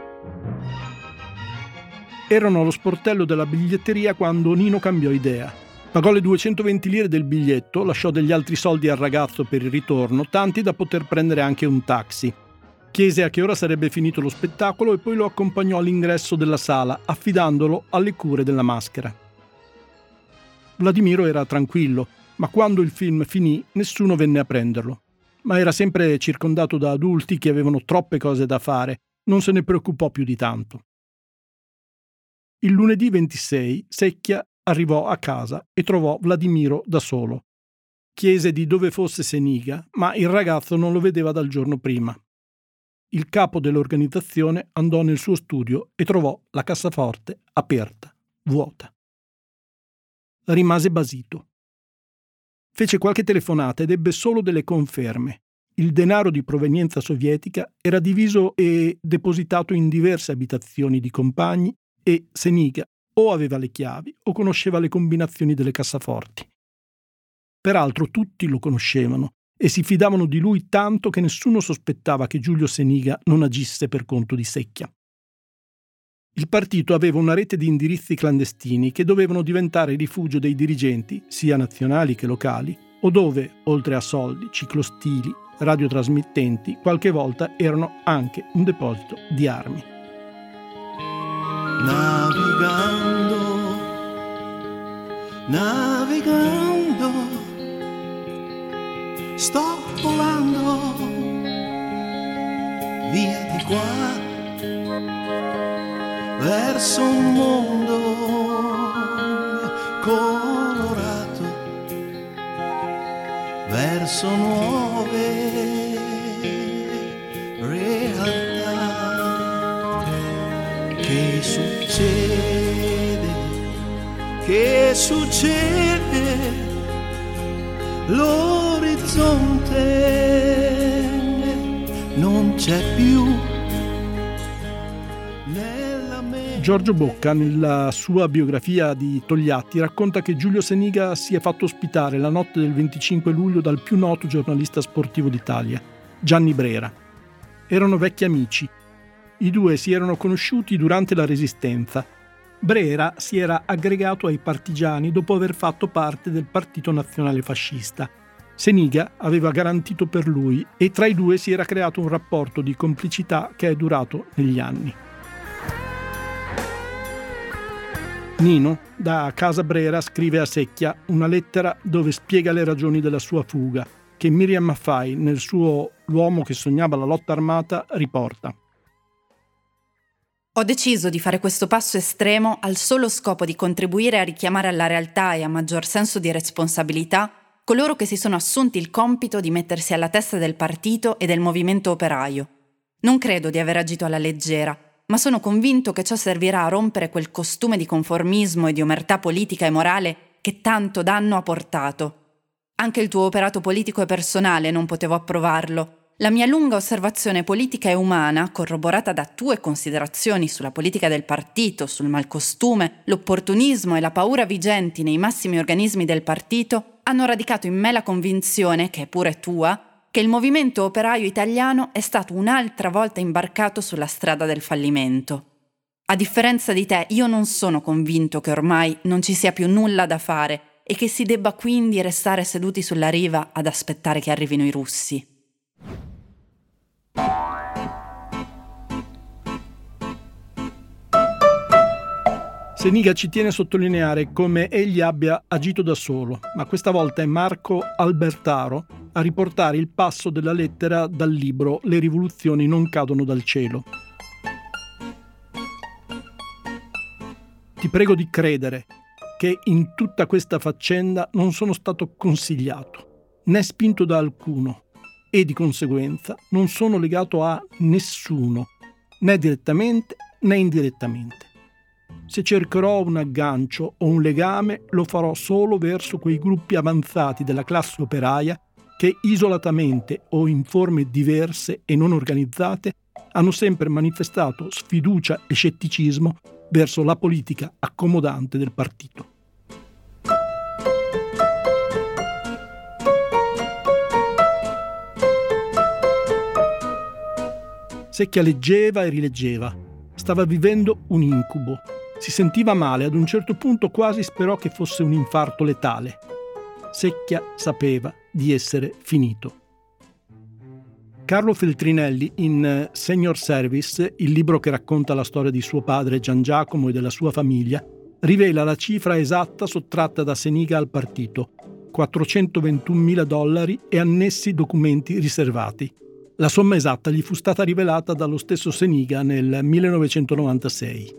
Erano allo sportello della biglietteria quando Nino cambiò idea. Pagò le duecentoventi lire del biglietto, lasciò degli altri soldi al ragazzo per il ritorno, tanti da poter prendere anche un taxi. Chiese a che ora sarebbe finito lo spettacolo e poi lo accompagnò all'ingresso della sala, affidandolo alle cure della maschera. Vladimiro era tranquillo, ma quando il film finì nessuno venne a prenderlo. Ma era sempre circondato da adulti che avevano troppe cose da fare, non se ne preoccupò più di tanto. Il lunedì ventisei Secchia arrivò a casa e trovò Vladimiro da solo. Chiese di dove fosse Seniga, ma il ragazzo non lo vedeva dal giorno prima. Il capo dell'organizzazione andò nel suo studio e trovò la cassaforte aperta, vuota. Rimase basito. Fece qualche telefonata ed ebbe solo delle conferme. Il denaro di provenienza sovietica era diviso e depositato in diverse abitazioni di compagni e Seniga o aveva le chiavi o conosceva le combinazioni delle cassaforti. Peraltro tutti lo conoscevano e si fidavano di lui tanto che nessuno sospettava che Giulio Seniga non agisse per conto di Secchia. Il partito aveva una rete di indirizzi clandestini che dovevano diventare rifugio dei dirigenti, sia nazionali che locali, o dove, oltre a soldi, ciclostili, radiotrasmittenti, qualche volta erano anche un deposito di armi. Navigando navigando, sto volando via di qua verso un mondo colorato, verso nuove realtà. Che succede? Che succede? L'orizzonte non c'è più. Giorgio Bocca, nella sua biografia di Togliatti, racconta che Giulio Seniga si è fatto ospitare la notte del venticinque luglio dal più noto giornalista sportivo d'Italia, Gianni Brera. Erano vecchi amici. I due si erano conosciuti durante la Resistenza. Brera si era aggregato ai partigiani dopo aver fatto parte del Partito Nazionale Fascista. Seniga aveva garantito per lui e tra i due si era creato un rapporto di complicità che è durato negli anni. Nino, da casa Brera, scrive a Secchia una lettera dove spiega le ragioni della sua fuga, che Miriam Maffei, nel suo L'uomo che sognava la lotta armata, riporta. Ho deciso di fare questo passo estremo al solo scopo di contribuire a richiamare alla realtà e a maggior senso di responsabilità coloro che si sono assunti il compito di mettersi alla testa del partito e del movimento operaio. Non credo di aver agito alla leggera, ma sono convinto che ciò servirà a rompere quel costume di conformismo e di omertà politica e morale che tanto danno ha portato. Anche il tuo operato politico e personale non potevo approvarlo. La mia lunga osservazione politica e umana, corroborata da tue considerazioni sulla politica del partito, sul malcostume, l'opportunismo e la paura vigenti nei massimi organismi del partito, hanno radicato in me la convinzione, che è pure tua, che il movimento operaio italiano è stato un'altra volta imbarcato sulla strada del fallimento. A differenza di te, io non sono convinto che ormai non ci sia più nulla da fare e che si debba quindi restare seduti sulla riva ad aspettare che arrivino i russi. Seniga ci tiene a sottolineare come egli abbia agito da solo, ma questa volta è Marco Albertaro a riportare il passo della lettera dal libro Le rivoluzioni non cadono dal cielo. Ti prego di credere che in tutta questa faccenda non sono stato consigliato, né spinto da alcuno, e di conseguenza non sono legato a nessuno, né direttamente né indirettamente. Se cercherò un aggancio o un legame, lo farò solo verso quei gruppi avanzati della classe operaia che isolatamente o in forme diverse e non organizzate hanno sempre manifestato sfiducia e scetticismo verso la politica accomodante del partito. Secchia leggeva e rileggeva. Stava vivendo un incubo. Si sentiva male, ad un certo punto quasi sperò che fosse un infarto letale. Secchia sapeva di essere finito. Carlo Feltrinelli, in Senior Service, il libro che racconta la storia di suo padre Gian Giacomo e della sua famiglia, rivela la cifra esatta sottratta da Seniga al partito, quattrocentoventunomila dollari e annessi documenti riservati. La somma esatta gli fu stata rivelata dallo stesso Seniga nel millenovecentonovantasei.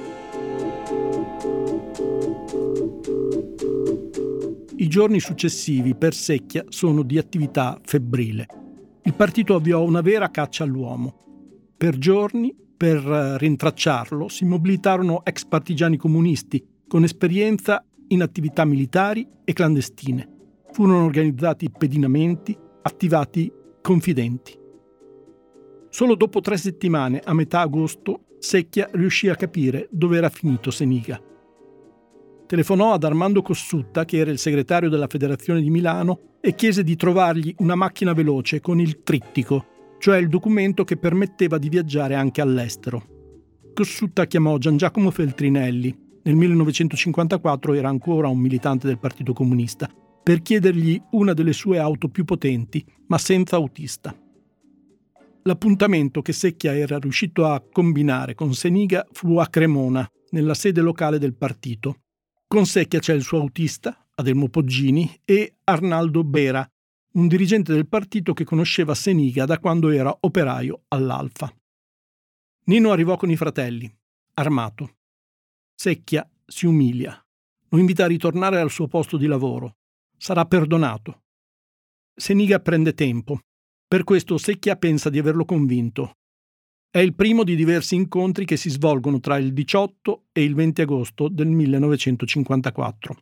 I giorni successivi per Secchia sono di attività febbrile. Il partito avviò una vera caccia all'uomo. Per giorni, per rintracciarlo, si mobilitarono ex partigiani comunisti con esperienza in attività militari e clandestine. Furono organizzati pedinamenti, attivati confidenti. Solo dopo tre settimane, a metà agosto, Secchia riuscì a capire dove era finito Seniga. Telefonò ad Armando Cossutta, che era il segretario della Federazione di Milano, e chiese di trovargli una macchina veloce con il trittico, cioè il documento che permetteva di viaggiare anche all'estero. Cossutta chiamò Gian Giacomo Feltrinelli, nel millenovecentocinquantaquattro era ancora un militante del Partito Comunista, per chiedergli una delle sue auto più potenti, ma senza autista. L'appuntamento che Secchia era riuscito a combinare con Seniga fu a Cremona, nella sede locale del partito. Con Secchia c'è il suo autista, Adelmo Poggini, e Arnaldo Bera, un dirigente del partito che conosceva Seniga da quando era operaio all'Alfa. Nino arrivò con i fratelli, armato. Secchia si umilia, lo invita a ritornare al suo posto di lavoro. Sarà perdonato. Seniga prende tempo. Per questo Secchia pensa di averlo convinto. È il primo di diversi incontri che si svolgono tra il diciotto e il venti agosto del millenovecentocinquantaquattro.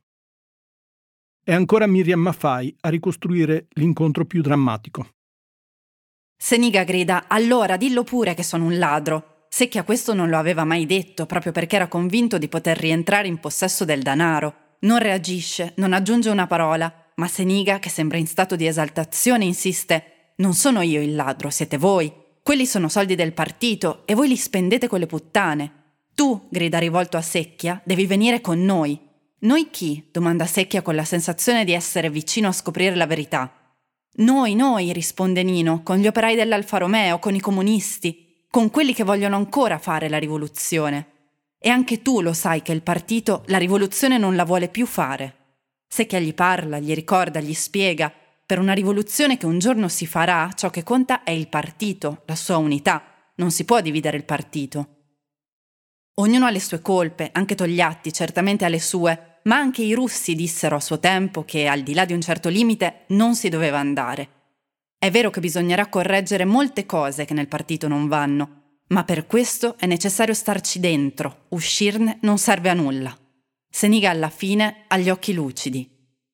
È ancora Miriam Maffei a ricostruire l'incontro più drammatico. Seniga grida: allora dillo pure che sono un ladro. Secchia questo non lo aveva mai detto, proprio perché era convinto di poter rientrare in possesso del danaro. Non reagisce, non aggiunge una parola, ma Seniga, che sembra in stato di esaltazione, insiste: non sono io il ladro, siete voi. Quelli sono soldi del partito e voi li spendete con le puttane. Tu, grida rivolto a Secchia, devi venire con noi. Noi chi? Domanda Secchia con la sensazione di essere vicino a scoprire la verità. Noi, noi, risponde Nino, con gli operai dell'Alfa Romeo, con i comunisti, con quelli che vogliono ancora fare la rivoluzione. E anche tu lo sai che il partito la rivoluzione non la vuole più fare. Secchia gli parla, gli ricorda, gli spiega. Per una rivoluzione che un giorno si farà, ciò che conta è il partito, la sua unità. Non si può dividere il partito. Ognuno ha le sue colpe, anche Togliatti certamente ha le sue, ma anche i russi dissero a suo tempo che, al di là di un certo limite, non si doveva andare. È vero che bisognerà correggere molte cose che nel partito non vanno, ma per questo è necessario starci dentro, uscirne non serve a nulla. Seniga alla fine ha gli occhi lucidi.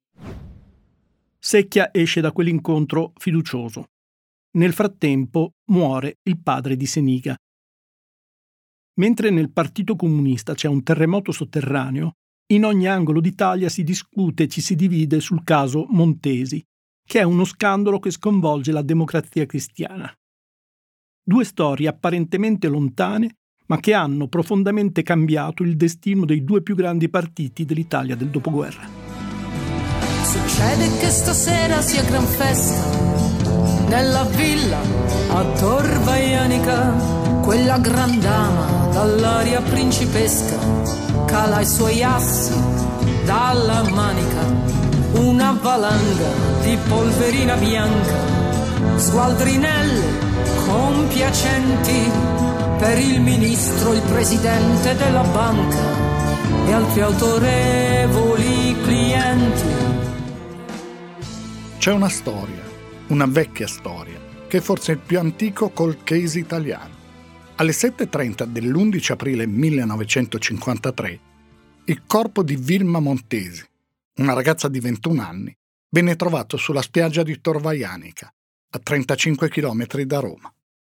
Secchia esce da quell'incontro fiducioso. Nel frattempo muore il padre di Seniga. Mentre nel Partito Comunista c'è un terremoto sotterraneo, in ogni angolo d'Italia si discute e ci si divide sul caso Montesi, che è uno scandalo che sconvolge la democrazia cristiana. Due storie apparentemente lontane, ma che hanno profondamente cambiato il destino dei due più grandi partiti dell'Italia del dopoguerra. Succede che stasera sia gran festa nella villa a Tor Vaianica, quella gran dama dall'aria principesca cala i suoi assi dalla manica, una valanga di polverina bianca, sgualdrinelle compiacenti per il ministro, il presidente della banca e altri autorevoli clienti. C'è una storia, una vecchia storia, che è forse il più antico cold case italiano. Alle sette e trenta dell'undici aprile millenovecentocinquantatré, il corpo di Vilma Montesi, una ragazza di ventuno anni, venne trovato sulla spiaggia di Tor Vaianica, a trentacinque chilometri da Roma.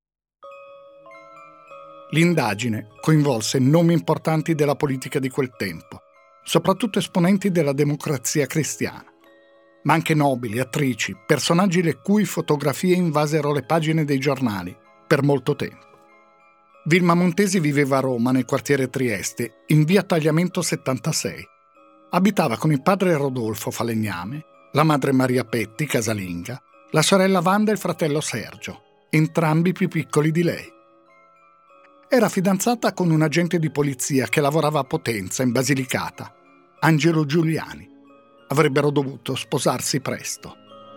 L'indagine coinvolse nomi importanti della politica di quel tempo, soprattutto esponenti della democrazia cristiana, ma anche nobili, attrici, personaggi le cui fotografie invasero le pagine dei giornali per molto tempo. Vilma Montesi viveva a Roma, nel quartiere Trieste, in via Tagliamento settantasei. Abitava con il padre Rodolfo Falegname, la madre Maria Petti, casalinga, la sorella Wanda e il fratello Sergio, entrambi più piccoli di lei. Era fidanzata con un agente di polizia che lavorava a Potenza, in Basilicata, Angelo Giuliani. Avrebbero dovuto sposarsi presto.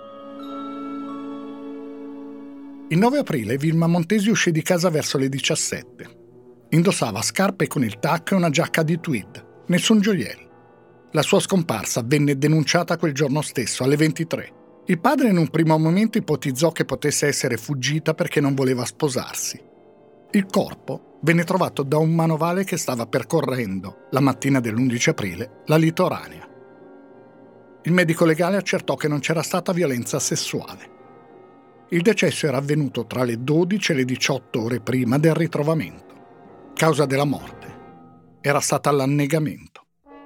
Il nove aprile Vilma Montesi uscì di casa verso le diciassette. Indossava scarpe con il tacco e una giacca di tweed, nessun gioiello. La sua scomparsa venne denunciata quel giorno stesso, alle ventitré. Il padre in un primo momento ipotizzò che potesse essere fuggita perché non voleva sposarsi. Il corpo venne trovato da un manovale che stava percorrendo, la mattina dell'undici aprile, la litoranea. Il medico legale accertò che non c'era stata violenza sessuale. Il decesso era avvenuto tra le dodici e le diciotto ore prima del ritrovamento. Causa della morte era stata l'annegamento.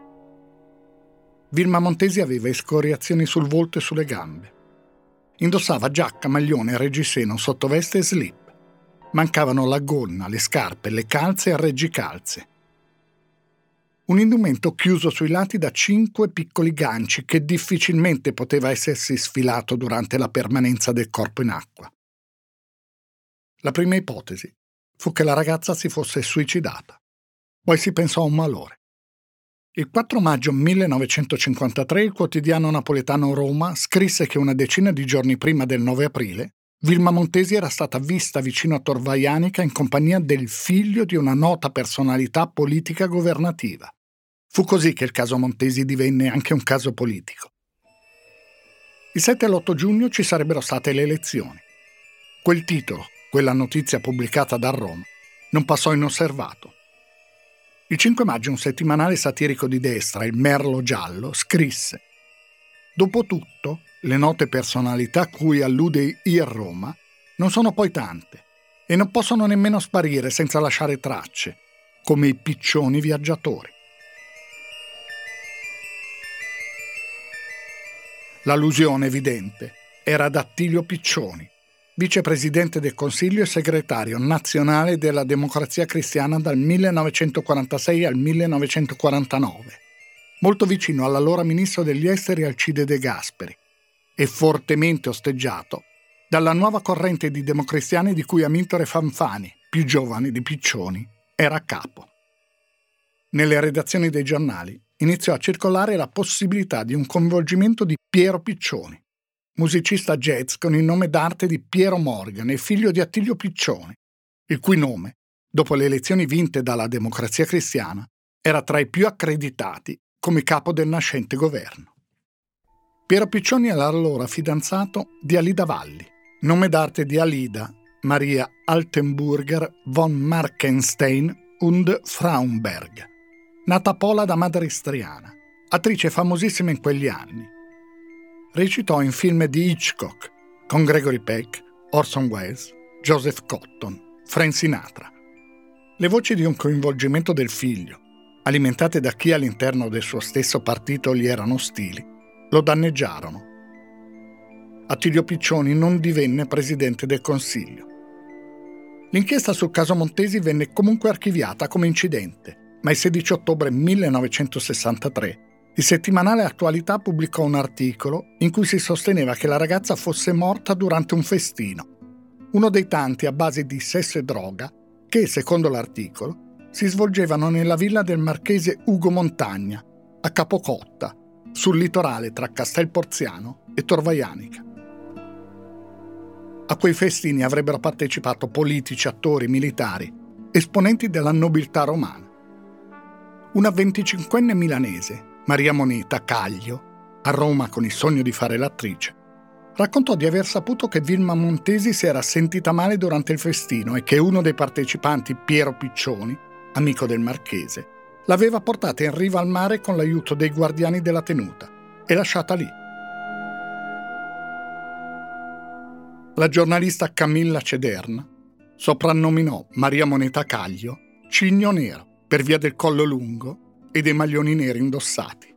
Vilma Montesi aveva escoriazioni sul volto e sulle gambe. Indossava giacca, maglione, reggiseno, sottoveste e slip. Mancavano la gonna, le scarpe, le calze e il reggicalze. Un indumento chiuso sui lati da cinque piccoli ganci che difficilmente poteva essersi sfilato durante la permanenza del corpo in acqua. La prima ipotesi fu che la ragazza si fosse suicidata. Poi si pensò a un malore. Il quattro maggio millenovecentocinquantatré il quotidiano napoletano Roma scrisse che una decina di giorni prima del nove aprile Vilma Montesi era stata vista vicino a Tor Vaianica in compagnia del figlio di una nota personalità politica governativa. Fu così che il caso Montesi divenne anche un caso politico. Il sette e l'otto giugno ci sarebbero state le elezioni. Quel titolo, quella notizia pubblicata da Roma, non passò inosservato. Il cinque maggio un settimanale satirico di destra, il Merlo Giallo, scrisse: «Dopotutto, le note personalità a cui allude il Roma non sono poi tante e non possono nemmeno sparire senza lasciare tracce, come i piccioni viaggiatori». L'allusione evidente era ad Attilio Piccioni, vicepresidente del Consiglio e segretario nazionale della Democrazia Cristiana dal millenovecentoquarantasei al millenovecentoquarantanove, molto vicino all'allora ministro degli esteri Alcide De Gasperi e fortemente osteggiato dalla nuova corrente di democristiani di cui Amintore Fanfani, più giovane di Piccioni, era a capo. Nelle redazioni dei giornali iniziò a circolare la possibilità di un coinvolgimento di Piero Piccioni, musicista jazz con il nome d'arte di Piero Morgan e figlio di Attilio Piccioni, il cui nome, dopo le elezioni vinte dalla Democrazia Cristiana, era tra i più accreditati come capo del nascente governo. Piero Piccioni era allora fidanzato di Alida Valli, nome d'arte di Alida Maria Altenburger von Markenstein und Fraunberg, nata a Pola da madre istriana, attrice famosissima in quegli anni. Recitò in film di Hitchcock con Gregory Peck, Orson Welles, Joseph Cotton, Frank Sinatra. Le voci di un coinvolgimento del figlio, alimentate da chi all'interno del suo stesso partito gli erano ostili, lo danneggiarono. Attilio Piccioni non divenne presidente del Consiglio. L'inchiesta sul caso Montesi venne comunque archiviata come incidente, ma il sedici ottobre millenovecentosessantatré il settimanale Attualità pubblicò un articolo in cui si sosteneva che la ragazza fosse morta durante un festino, uno dei tanti a base di sesso e droga che, secondo l'articolo, si svolgevano nella villa del marchese Ugo Montagna, a Capocotta, sul litorale tra Castel Porziano e Tor Vaianica. A quei festini avrebbero partecipato politici, attori, militari, esponenti della nobiltà romana. Una venticinquenne milanese, Maria Moneta Caglio, a Roma con il sogno di fare l'attrice, raccontò di aver saputo che Vilma Montesi si era sentita male durante il festino e che uno dei partecipanti, Piero Piccioni, amico del marchese, l'aveva portata in riva al mare con l'aiuto dei guardiani della tenuta e lasciata lì. La giornalista Camilla Cederna soprannominò Maria Moneta Caglio Cigno Nero per via del collo lungo e dei maglioni neri indossati.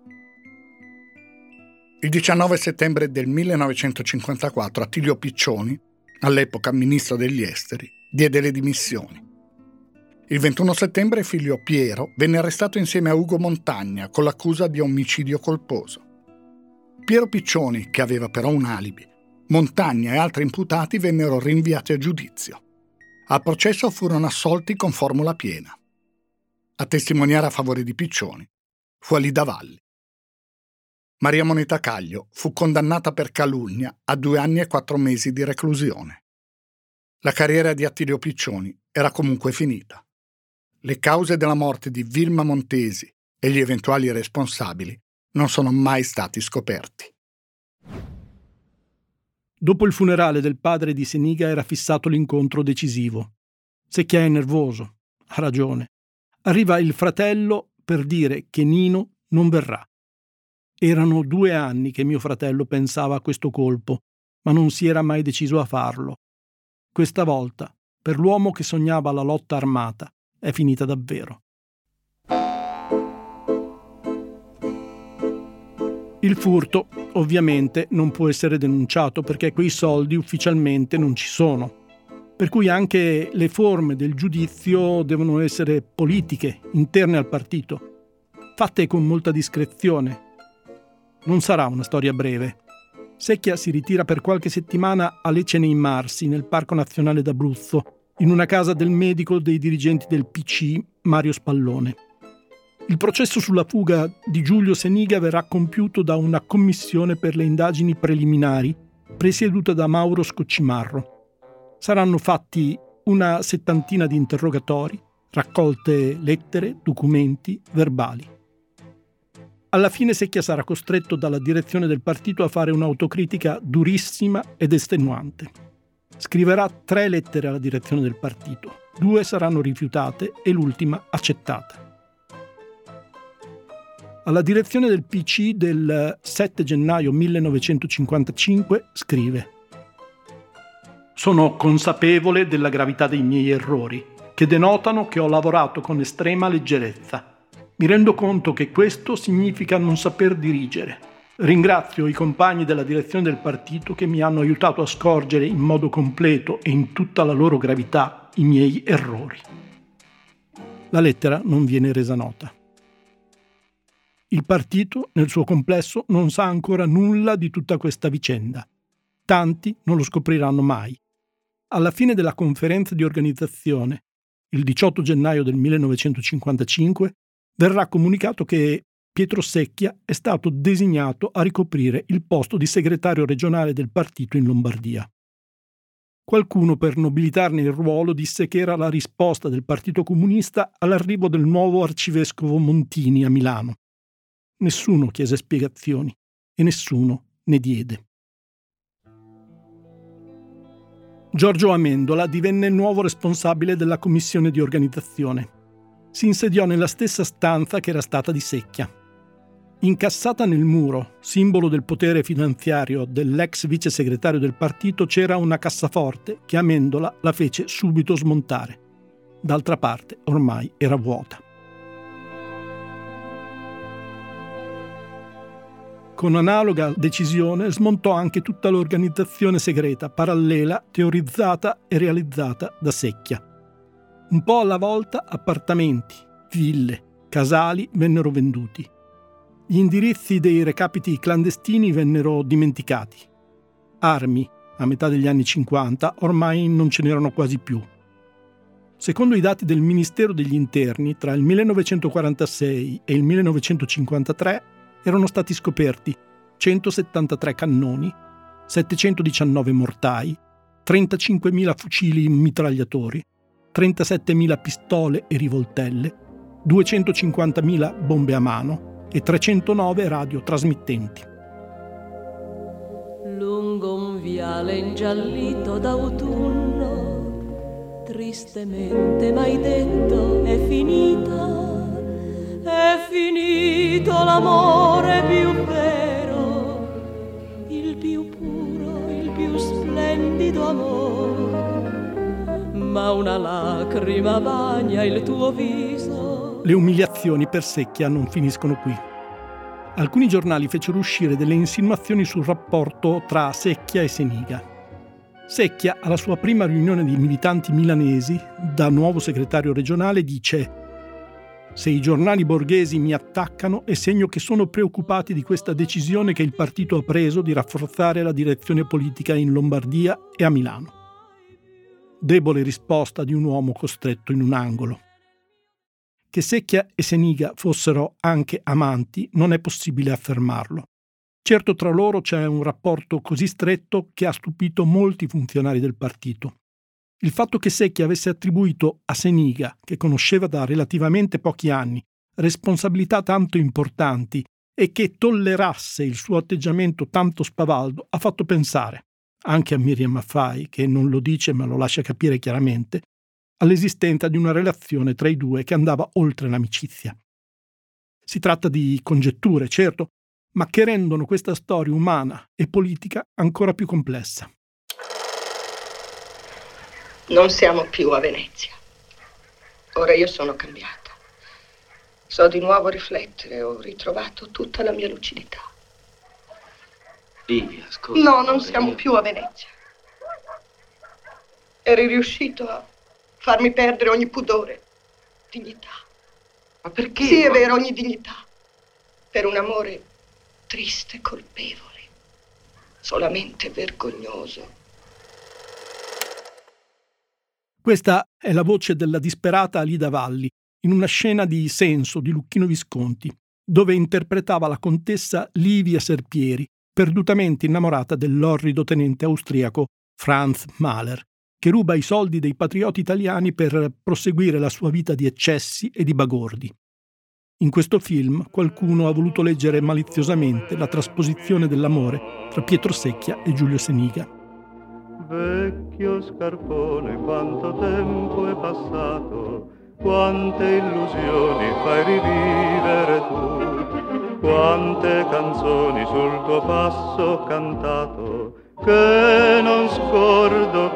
Il diciannove settembre del millenovecentocinquantaquattro Attilio Piccioni, all'epoca ministro degli esteri, diede le dimissioni. Il ventuno settembre figlio Piero venne arrestato insieme a Ugo Montagna con l'accusa di omicidio colposo. Piero Piccioni, che aveva però un alibi, Montagna e altri imputati vennero rinviati a giudizio. Al processo furono assolti con formula piena. A testimoniare a favore di Piccioni fu Alida Valli. Maria Moneta Caglio fu condannata per calunnia a due anni e quattro mesi di reclusione. La carriera di Attilio Piccioni era comunque finita. Le cause della morte di Vilma Montesi e gli eventuali responsabili non sono mai stati scoperti. Dopo il funerale del padre di Seniga era fissato l'incontro decisivo. Secchia è nervoso, ha ragione. Arriva il fratello per dire che Nino non verrà. Erano due anni che mio fratello pensava a questo colpo, ma non si era mai deciso a farlo. Questa volta, per l'uomo che sognava la lotta armata, è finita davvero. Il furto, ovviamente, non può essere denunciato perché quei soldi ufficialmente non ci sono. Per cui anche le forme del giudizio devono essere politiche, interne al partito, fatte con molta discrezione. Non sarà una storia breve. Secchia si ritira per qualche settimana a Lecce nei Marsi, nel Parco Nazionale d'Abruzzo, in una casa del medico dei dirigenti del P C, Mario Spallone. Il processo sulla fuga di Giulio Seniga verrà compiuto da una commissione per le indagini preliminari presieduta da Mauro Scoccimarro. Saranno fatti una settantina di interrogatori, raccolte lettere, documenti, verbali. Alla fine Secchia sarà costretto dalla direzione del partito a fare un'autocritica durissima ed estenuante. Scriverà tre lettere alla direzione del partito, due saranno rifiutate e l'ultima accettata. Alla direzione del P C del sette gennaio millenovecentocinquantacinque scrive: «Sono consapevole della gravità dei miei errori, che denotano che ho lavorato con estrema leggerezza. Mi rendo conto che questo significa non saper dirigere. Ringrazio i compagni della direzione del partito che mi hanno aiutato a scorgere in modo completo e in tutta la loro gravità i miei errori». La lettera non viene resa nota. Il partito, nel suo complesso, non sa ancora nulla di tutta questa vicenda. Tanti non lo scopriranno mai. Alla fine della conferenza di organizzazione, il diciotto gennaio del millenovecentocinquantacinque, verrà comunicato che Pietro Secchia è stato designato a ricoprire il posto di segretario regionale del partito in Lombardia. Qualcuno, per nobilitarne il ruolo, disse che era la risposta del Partito Comunista all'arrivo del nuovo arcivescovo Montini a Milano. Nessuno chiese spiegazioni e nessuno ne diede. Giorgio Amendola divenne il nuovo responsabile della commissione di organizzazione. Si insediò nella stessa stanza che era stata di Secchia. Incassata nel muro, simbolo del potere finanziario dell'ex vice segretario del partito, c'era una cassaforte che Amendola la fece subito smontare. D'altra parte, ormai era vuota. Con analoga decisione smontò anche tutta l'organizzazione segreta, parallela, teorizzata e realizzata da Secchia. Un po' alla volta appartamenti, ville, casali vennero venduti. Gli indirizzi dei recapiti clandestini vennero dimenticati. Armi, a metà degli anni cinquanta, ormai non ce n'erano quasi più. Secondo i dati del Ministero degli Interni, tra il millenovecentoquarantasei e il millenovecentocinquantatré erano stati scoperti centosettantatré cannoni, settecentodiciannove mortai, trentacinquemila fucili mitragliatori, trentasettemila pistole e rivoltelle, duecentocinquantamila bombe a mano e trecentonove radiotrasmittenti. Lungo un viale ingiallito d'autunno, tristemente m'hai detto è finita. È finito l'amore più vero, il più puro, il più splendido amore, ma una lacrima bagna il tuo viso. Le umiliazioni per Secchia non finiscono qui. Alcuni giornali fecero uscire delle insinuazioni sul rapporto tra Secchia e Seniga. Secchia, alla sua prima riunione di militanti milanesi, da nuovo segretario regionale, dice: «Se i giornali borghesi mi attaccano è segno che sono preoccupati di questa decisione che il partito ha preso di rafforzare la direzione politica in Lombardia e a Milano». Debole risposta di un uomo costretto in un angolo. Che Secchia e Seniga fossero anche amanti non è possibile affermarlo. Certo, tra loro c'è un rapporto così stretto che ha stupito molti funzionari del partito. Il fatto che Secchia avesse attribuito a Seniga, che conosceva da relativamente pochi anni, responsabilità tanto importanti e che tollerasse il suo atteggiamento tanto spavaldo ha fatto pensare, anche a Miriam Maffei, che non lo dice ma lo lascia capire chiaramente, all'esistenza di una relazione tra i due che andava oltre l'amicizia. Si tratta di congetture, certo, ma che rendono questa storia umana e politica ancora più complessa. Non siamo più a Venezia. Ora io sono cambiata. So di nuovo riflettere, ho ritrovato tutta la mia lucidità. Livia, ascolta. No, non siamo più a Venezia. Eri riuscito a farmi perdere ogni pudore, dignità. Ma perché? Sì, è Ma... vero, ogni dignità. Per un amore triste e colpevole, solamente vergognoso. Questa è la voce della disperata Alida Valli, in una scena di Senso di Lucchino Visconti, dove interpretava la contessa Livia Serpieri, perdutamente innamorata dell'orrido tenente austriaco Franz Mahler, che ruba i soldi dei patrioti italiani per proseguire la sua vita di eccessi e di bagordi. In questo film qualcuno ha voluto leggere maliziosamente la trasposizione dell'amore tra Pietro Secchia e Giulio Seniga. Vecchio scarpone, quanto tempo è passato, quante illusioni fai rivivere tu, quante canzoni sul tuo passo cantato che non scordo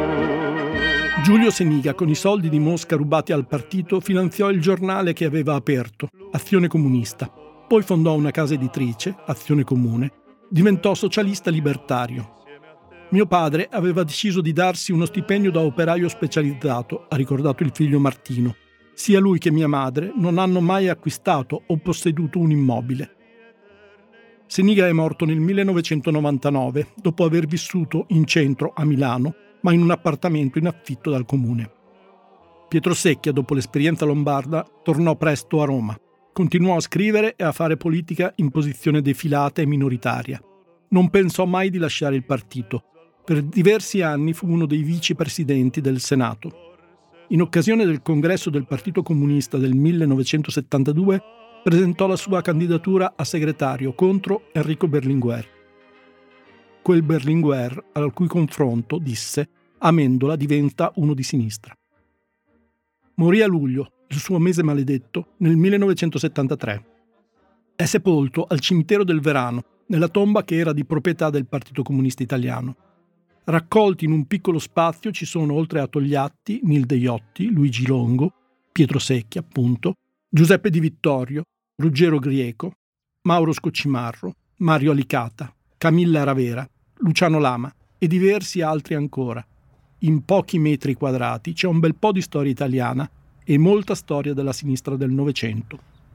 più. Giulio Seniga, con i soldi di Mosca rubati al partito, finanziò il giornale che aveva aperto, Azione Comunista. Poi fondò una casa editrice, Azione Comune. Diventò socialista libertario. Mio padre aveva deciso di darsi uno stipendio da operaio specializzato, ha ricordato il figlio Martino. Sia lui che mia madre non hanno mai acquistato o posseduto un immobile. Seniga è morto nel millenovecentonovantanove, dopo aver vissuto in centro a Milano, ma in un appartamento in affitto dal comune. Pietro Secchia, dopo l'esperienza lombarda, tornò presto a Roma. Continuò a scrivere e a fare politica in posizione defilata e minoritaria. Non pensò mai di lasciare il partito. Per diversi anni fu uno dei vicepresidenti del Senato. In occasione del congresso del Partito Comunista del millenovecentosettantadue presentò la sua candidatura a segretario contro Enrico Berlinguer. Quel Berlinguer al cui confronto disse «Amendola diventa uno di sinistra». Morì a luglio, il suo mese maledetto, nel millenovecentosettantatré. È sepolto al cimitero del Verano, nella tomba che era di proprietà del Partito Comunista Italiano. Raccolti in un piccolo spazio ci sono, oltre a Togliatti, Nilde Iotti, Luigi Longo, Pietro Secchia, appunto, Giuseppe Di Vittorio, Ruggero Grieco, Mauro Scoccimarro, Mario Alicata, Camilla Ravera, Luciano Lama e diversi altri ancora. In pochi metri quadrati c'è un bel po' di storia italiana e molta storia della sinistra del Novecento.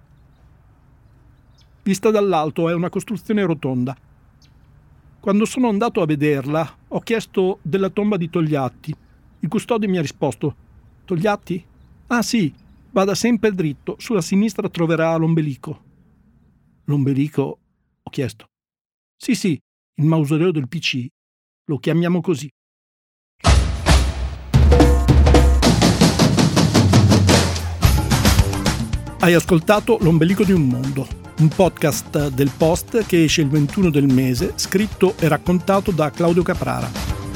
Vista dall'alto è una costruzione rotonda. Quando sono andato a vederla, ho chiesto della tomba di Togliatti. Il custode mi ha risposto: Togliatti? Ah sì, vada sempre dritto, sulla sinistra troverà l'ombelico. L'ombelico? Ho chiesto. Sì, sì, il mausoleo del P C. Lo chiamiamo così. Hai ascoltato L'ombelico di un mondo, un podcast del Post che esce il ventuno del mese, scritto e raccontato da Claudio Caprara.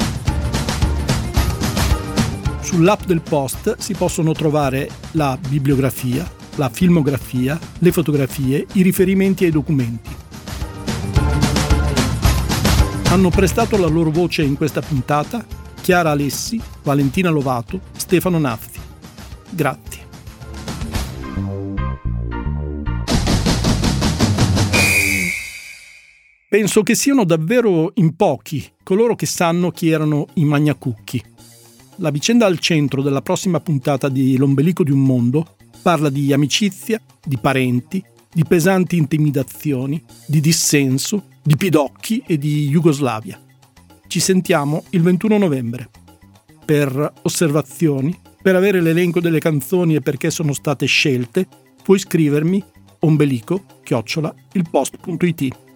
Sull'app del Post si possono trovare la bibliografia, la filmografia, le fotografie, i riferimenti ai documenti. Hanno prestato la loro voce in questa puntata Chiara Alessi, Valentina Lovato, Stefano Nazzi. Grazie. Penso che siano davvero in pochi coloro che sanno chi erano i Magnacucchi. La vicenda al centro della prossima puntata di L'ombelico di un mondo parla di amicizia, di parenti, di pesanti intimidazioni, di dissenso, di pidocchi e di Jugoslavia. Ci sentiamo il ventuno novembre. Per osservazioni, per avere l'elenco delle canzoni e perché sono state scelte, puoi scrivermi ombelico chiocciola ilpost punto it.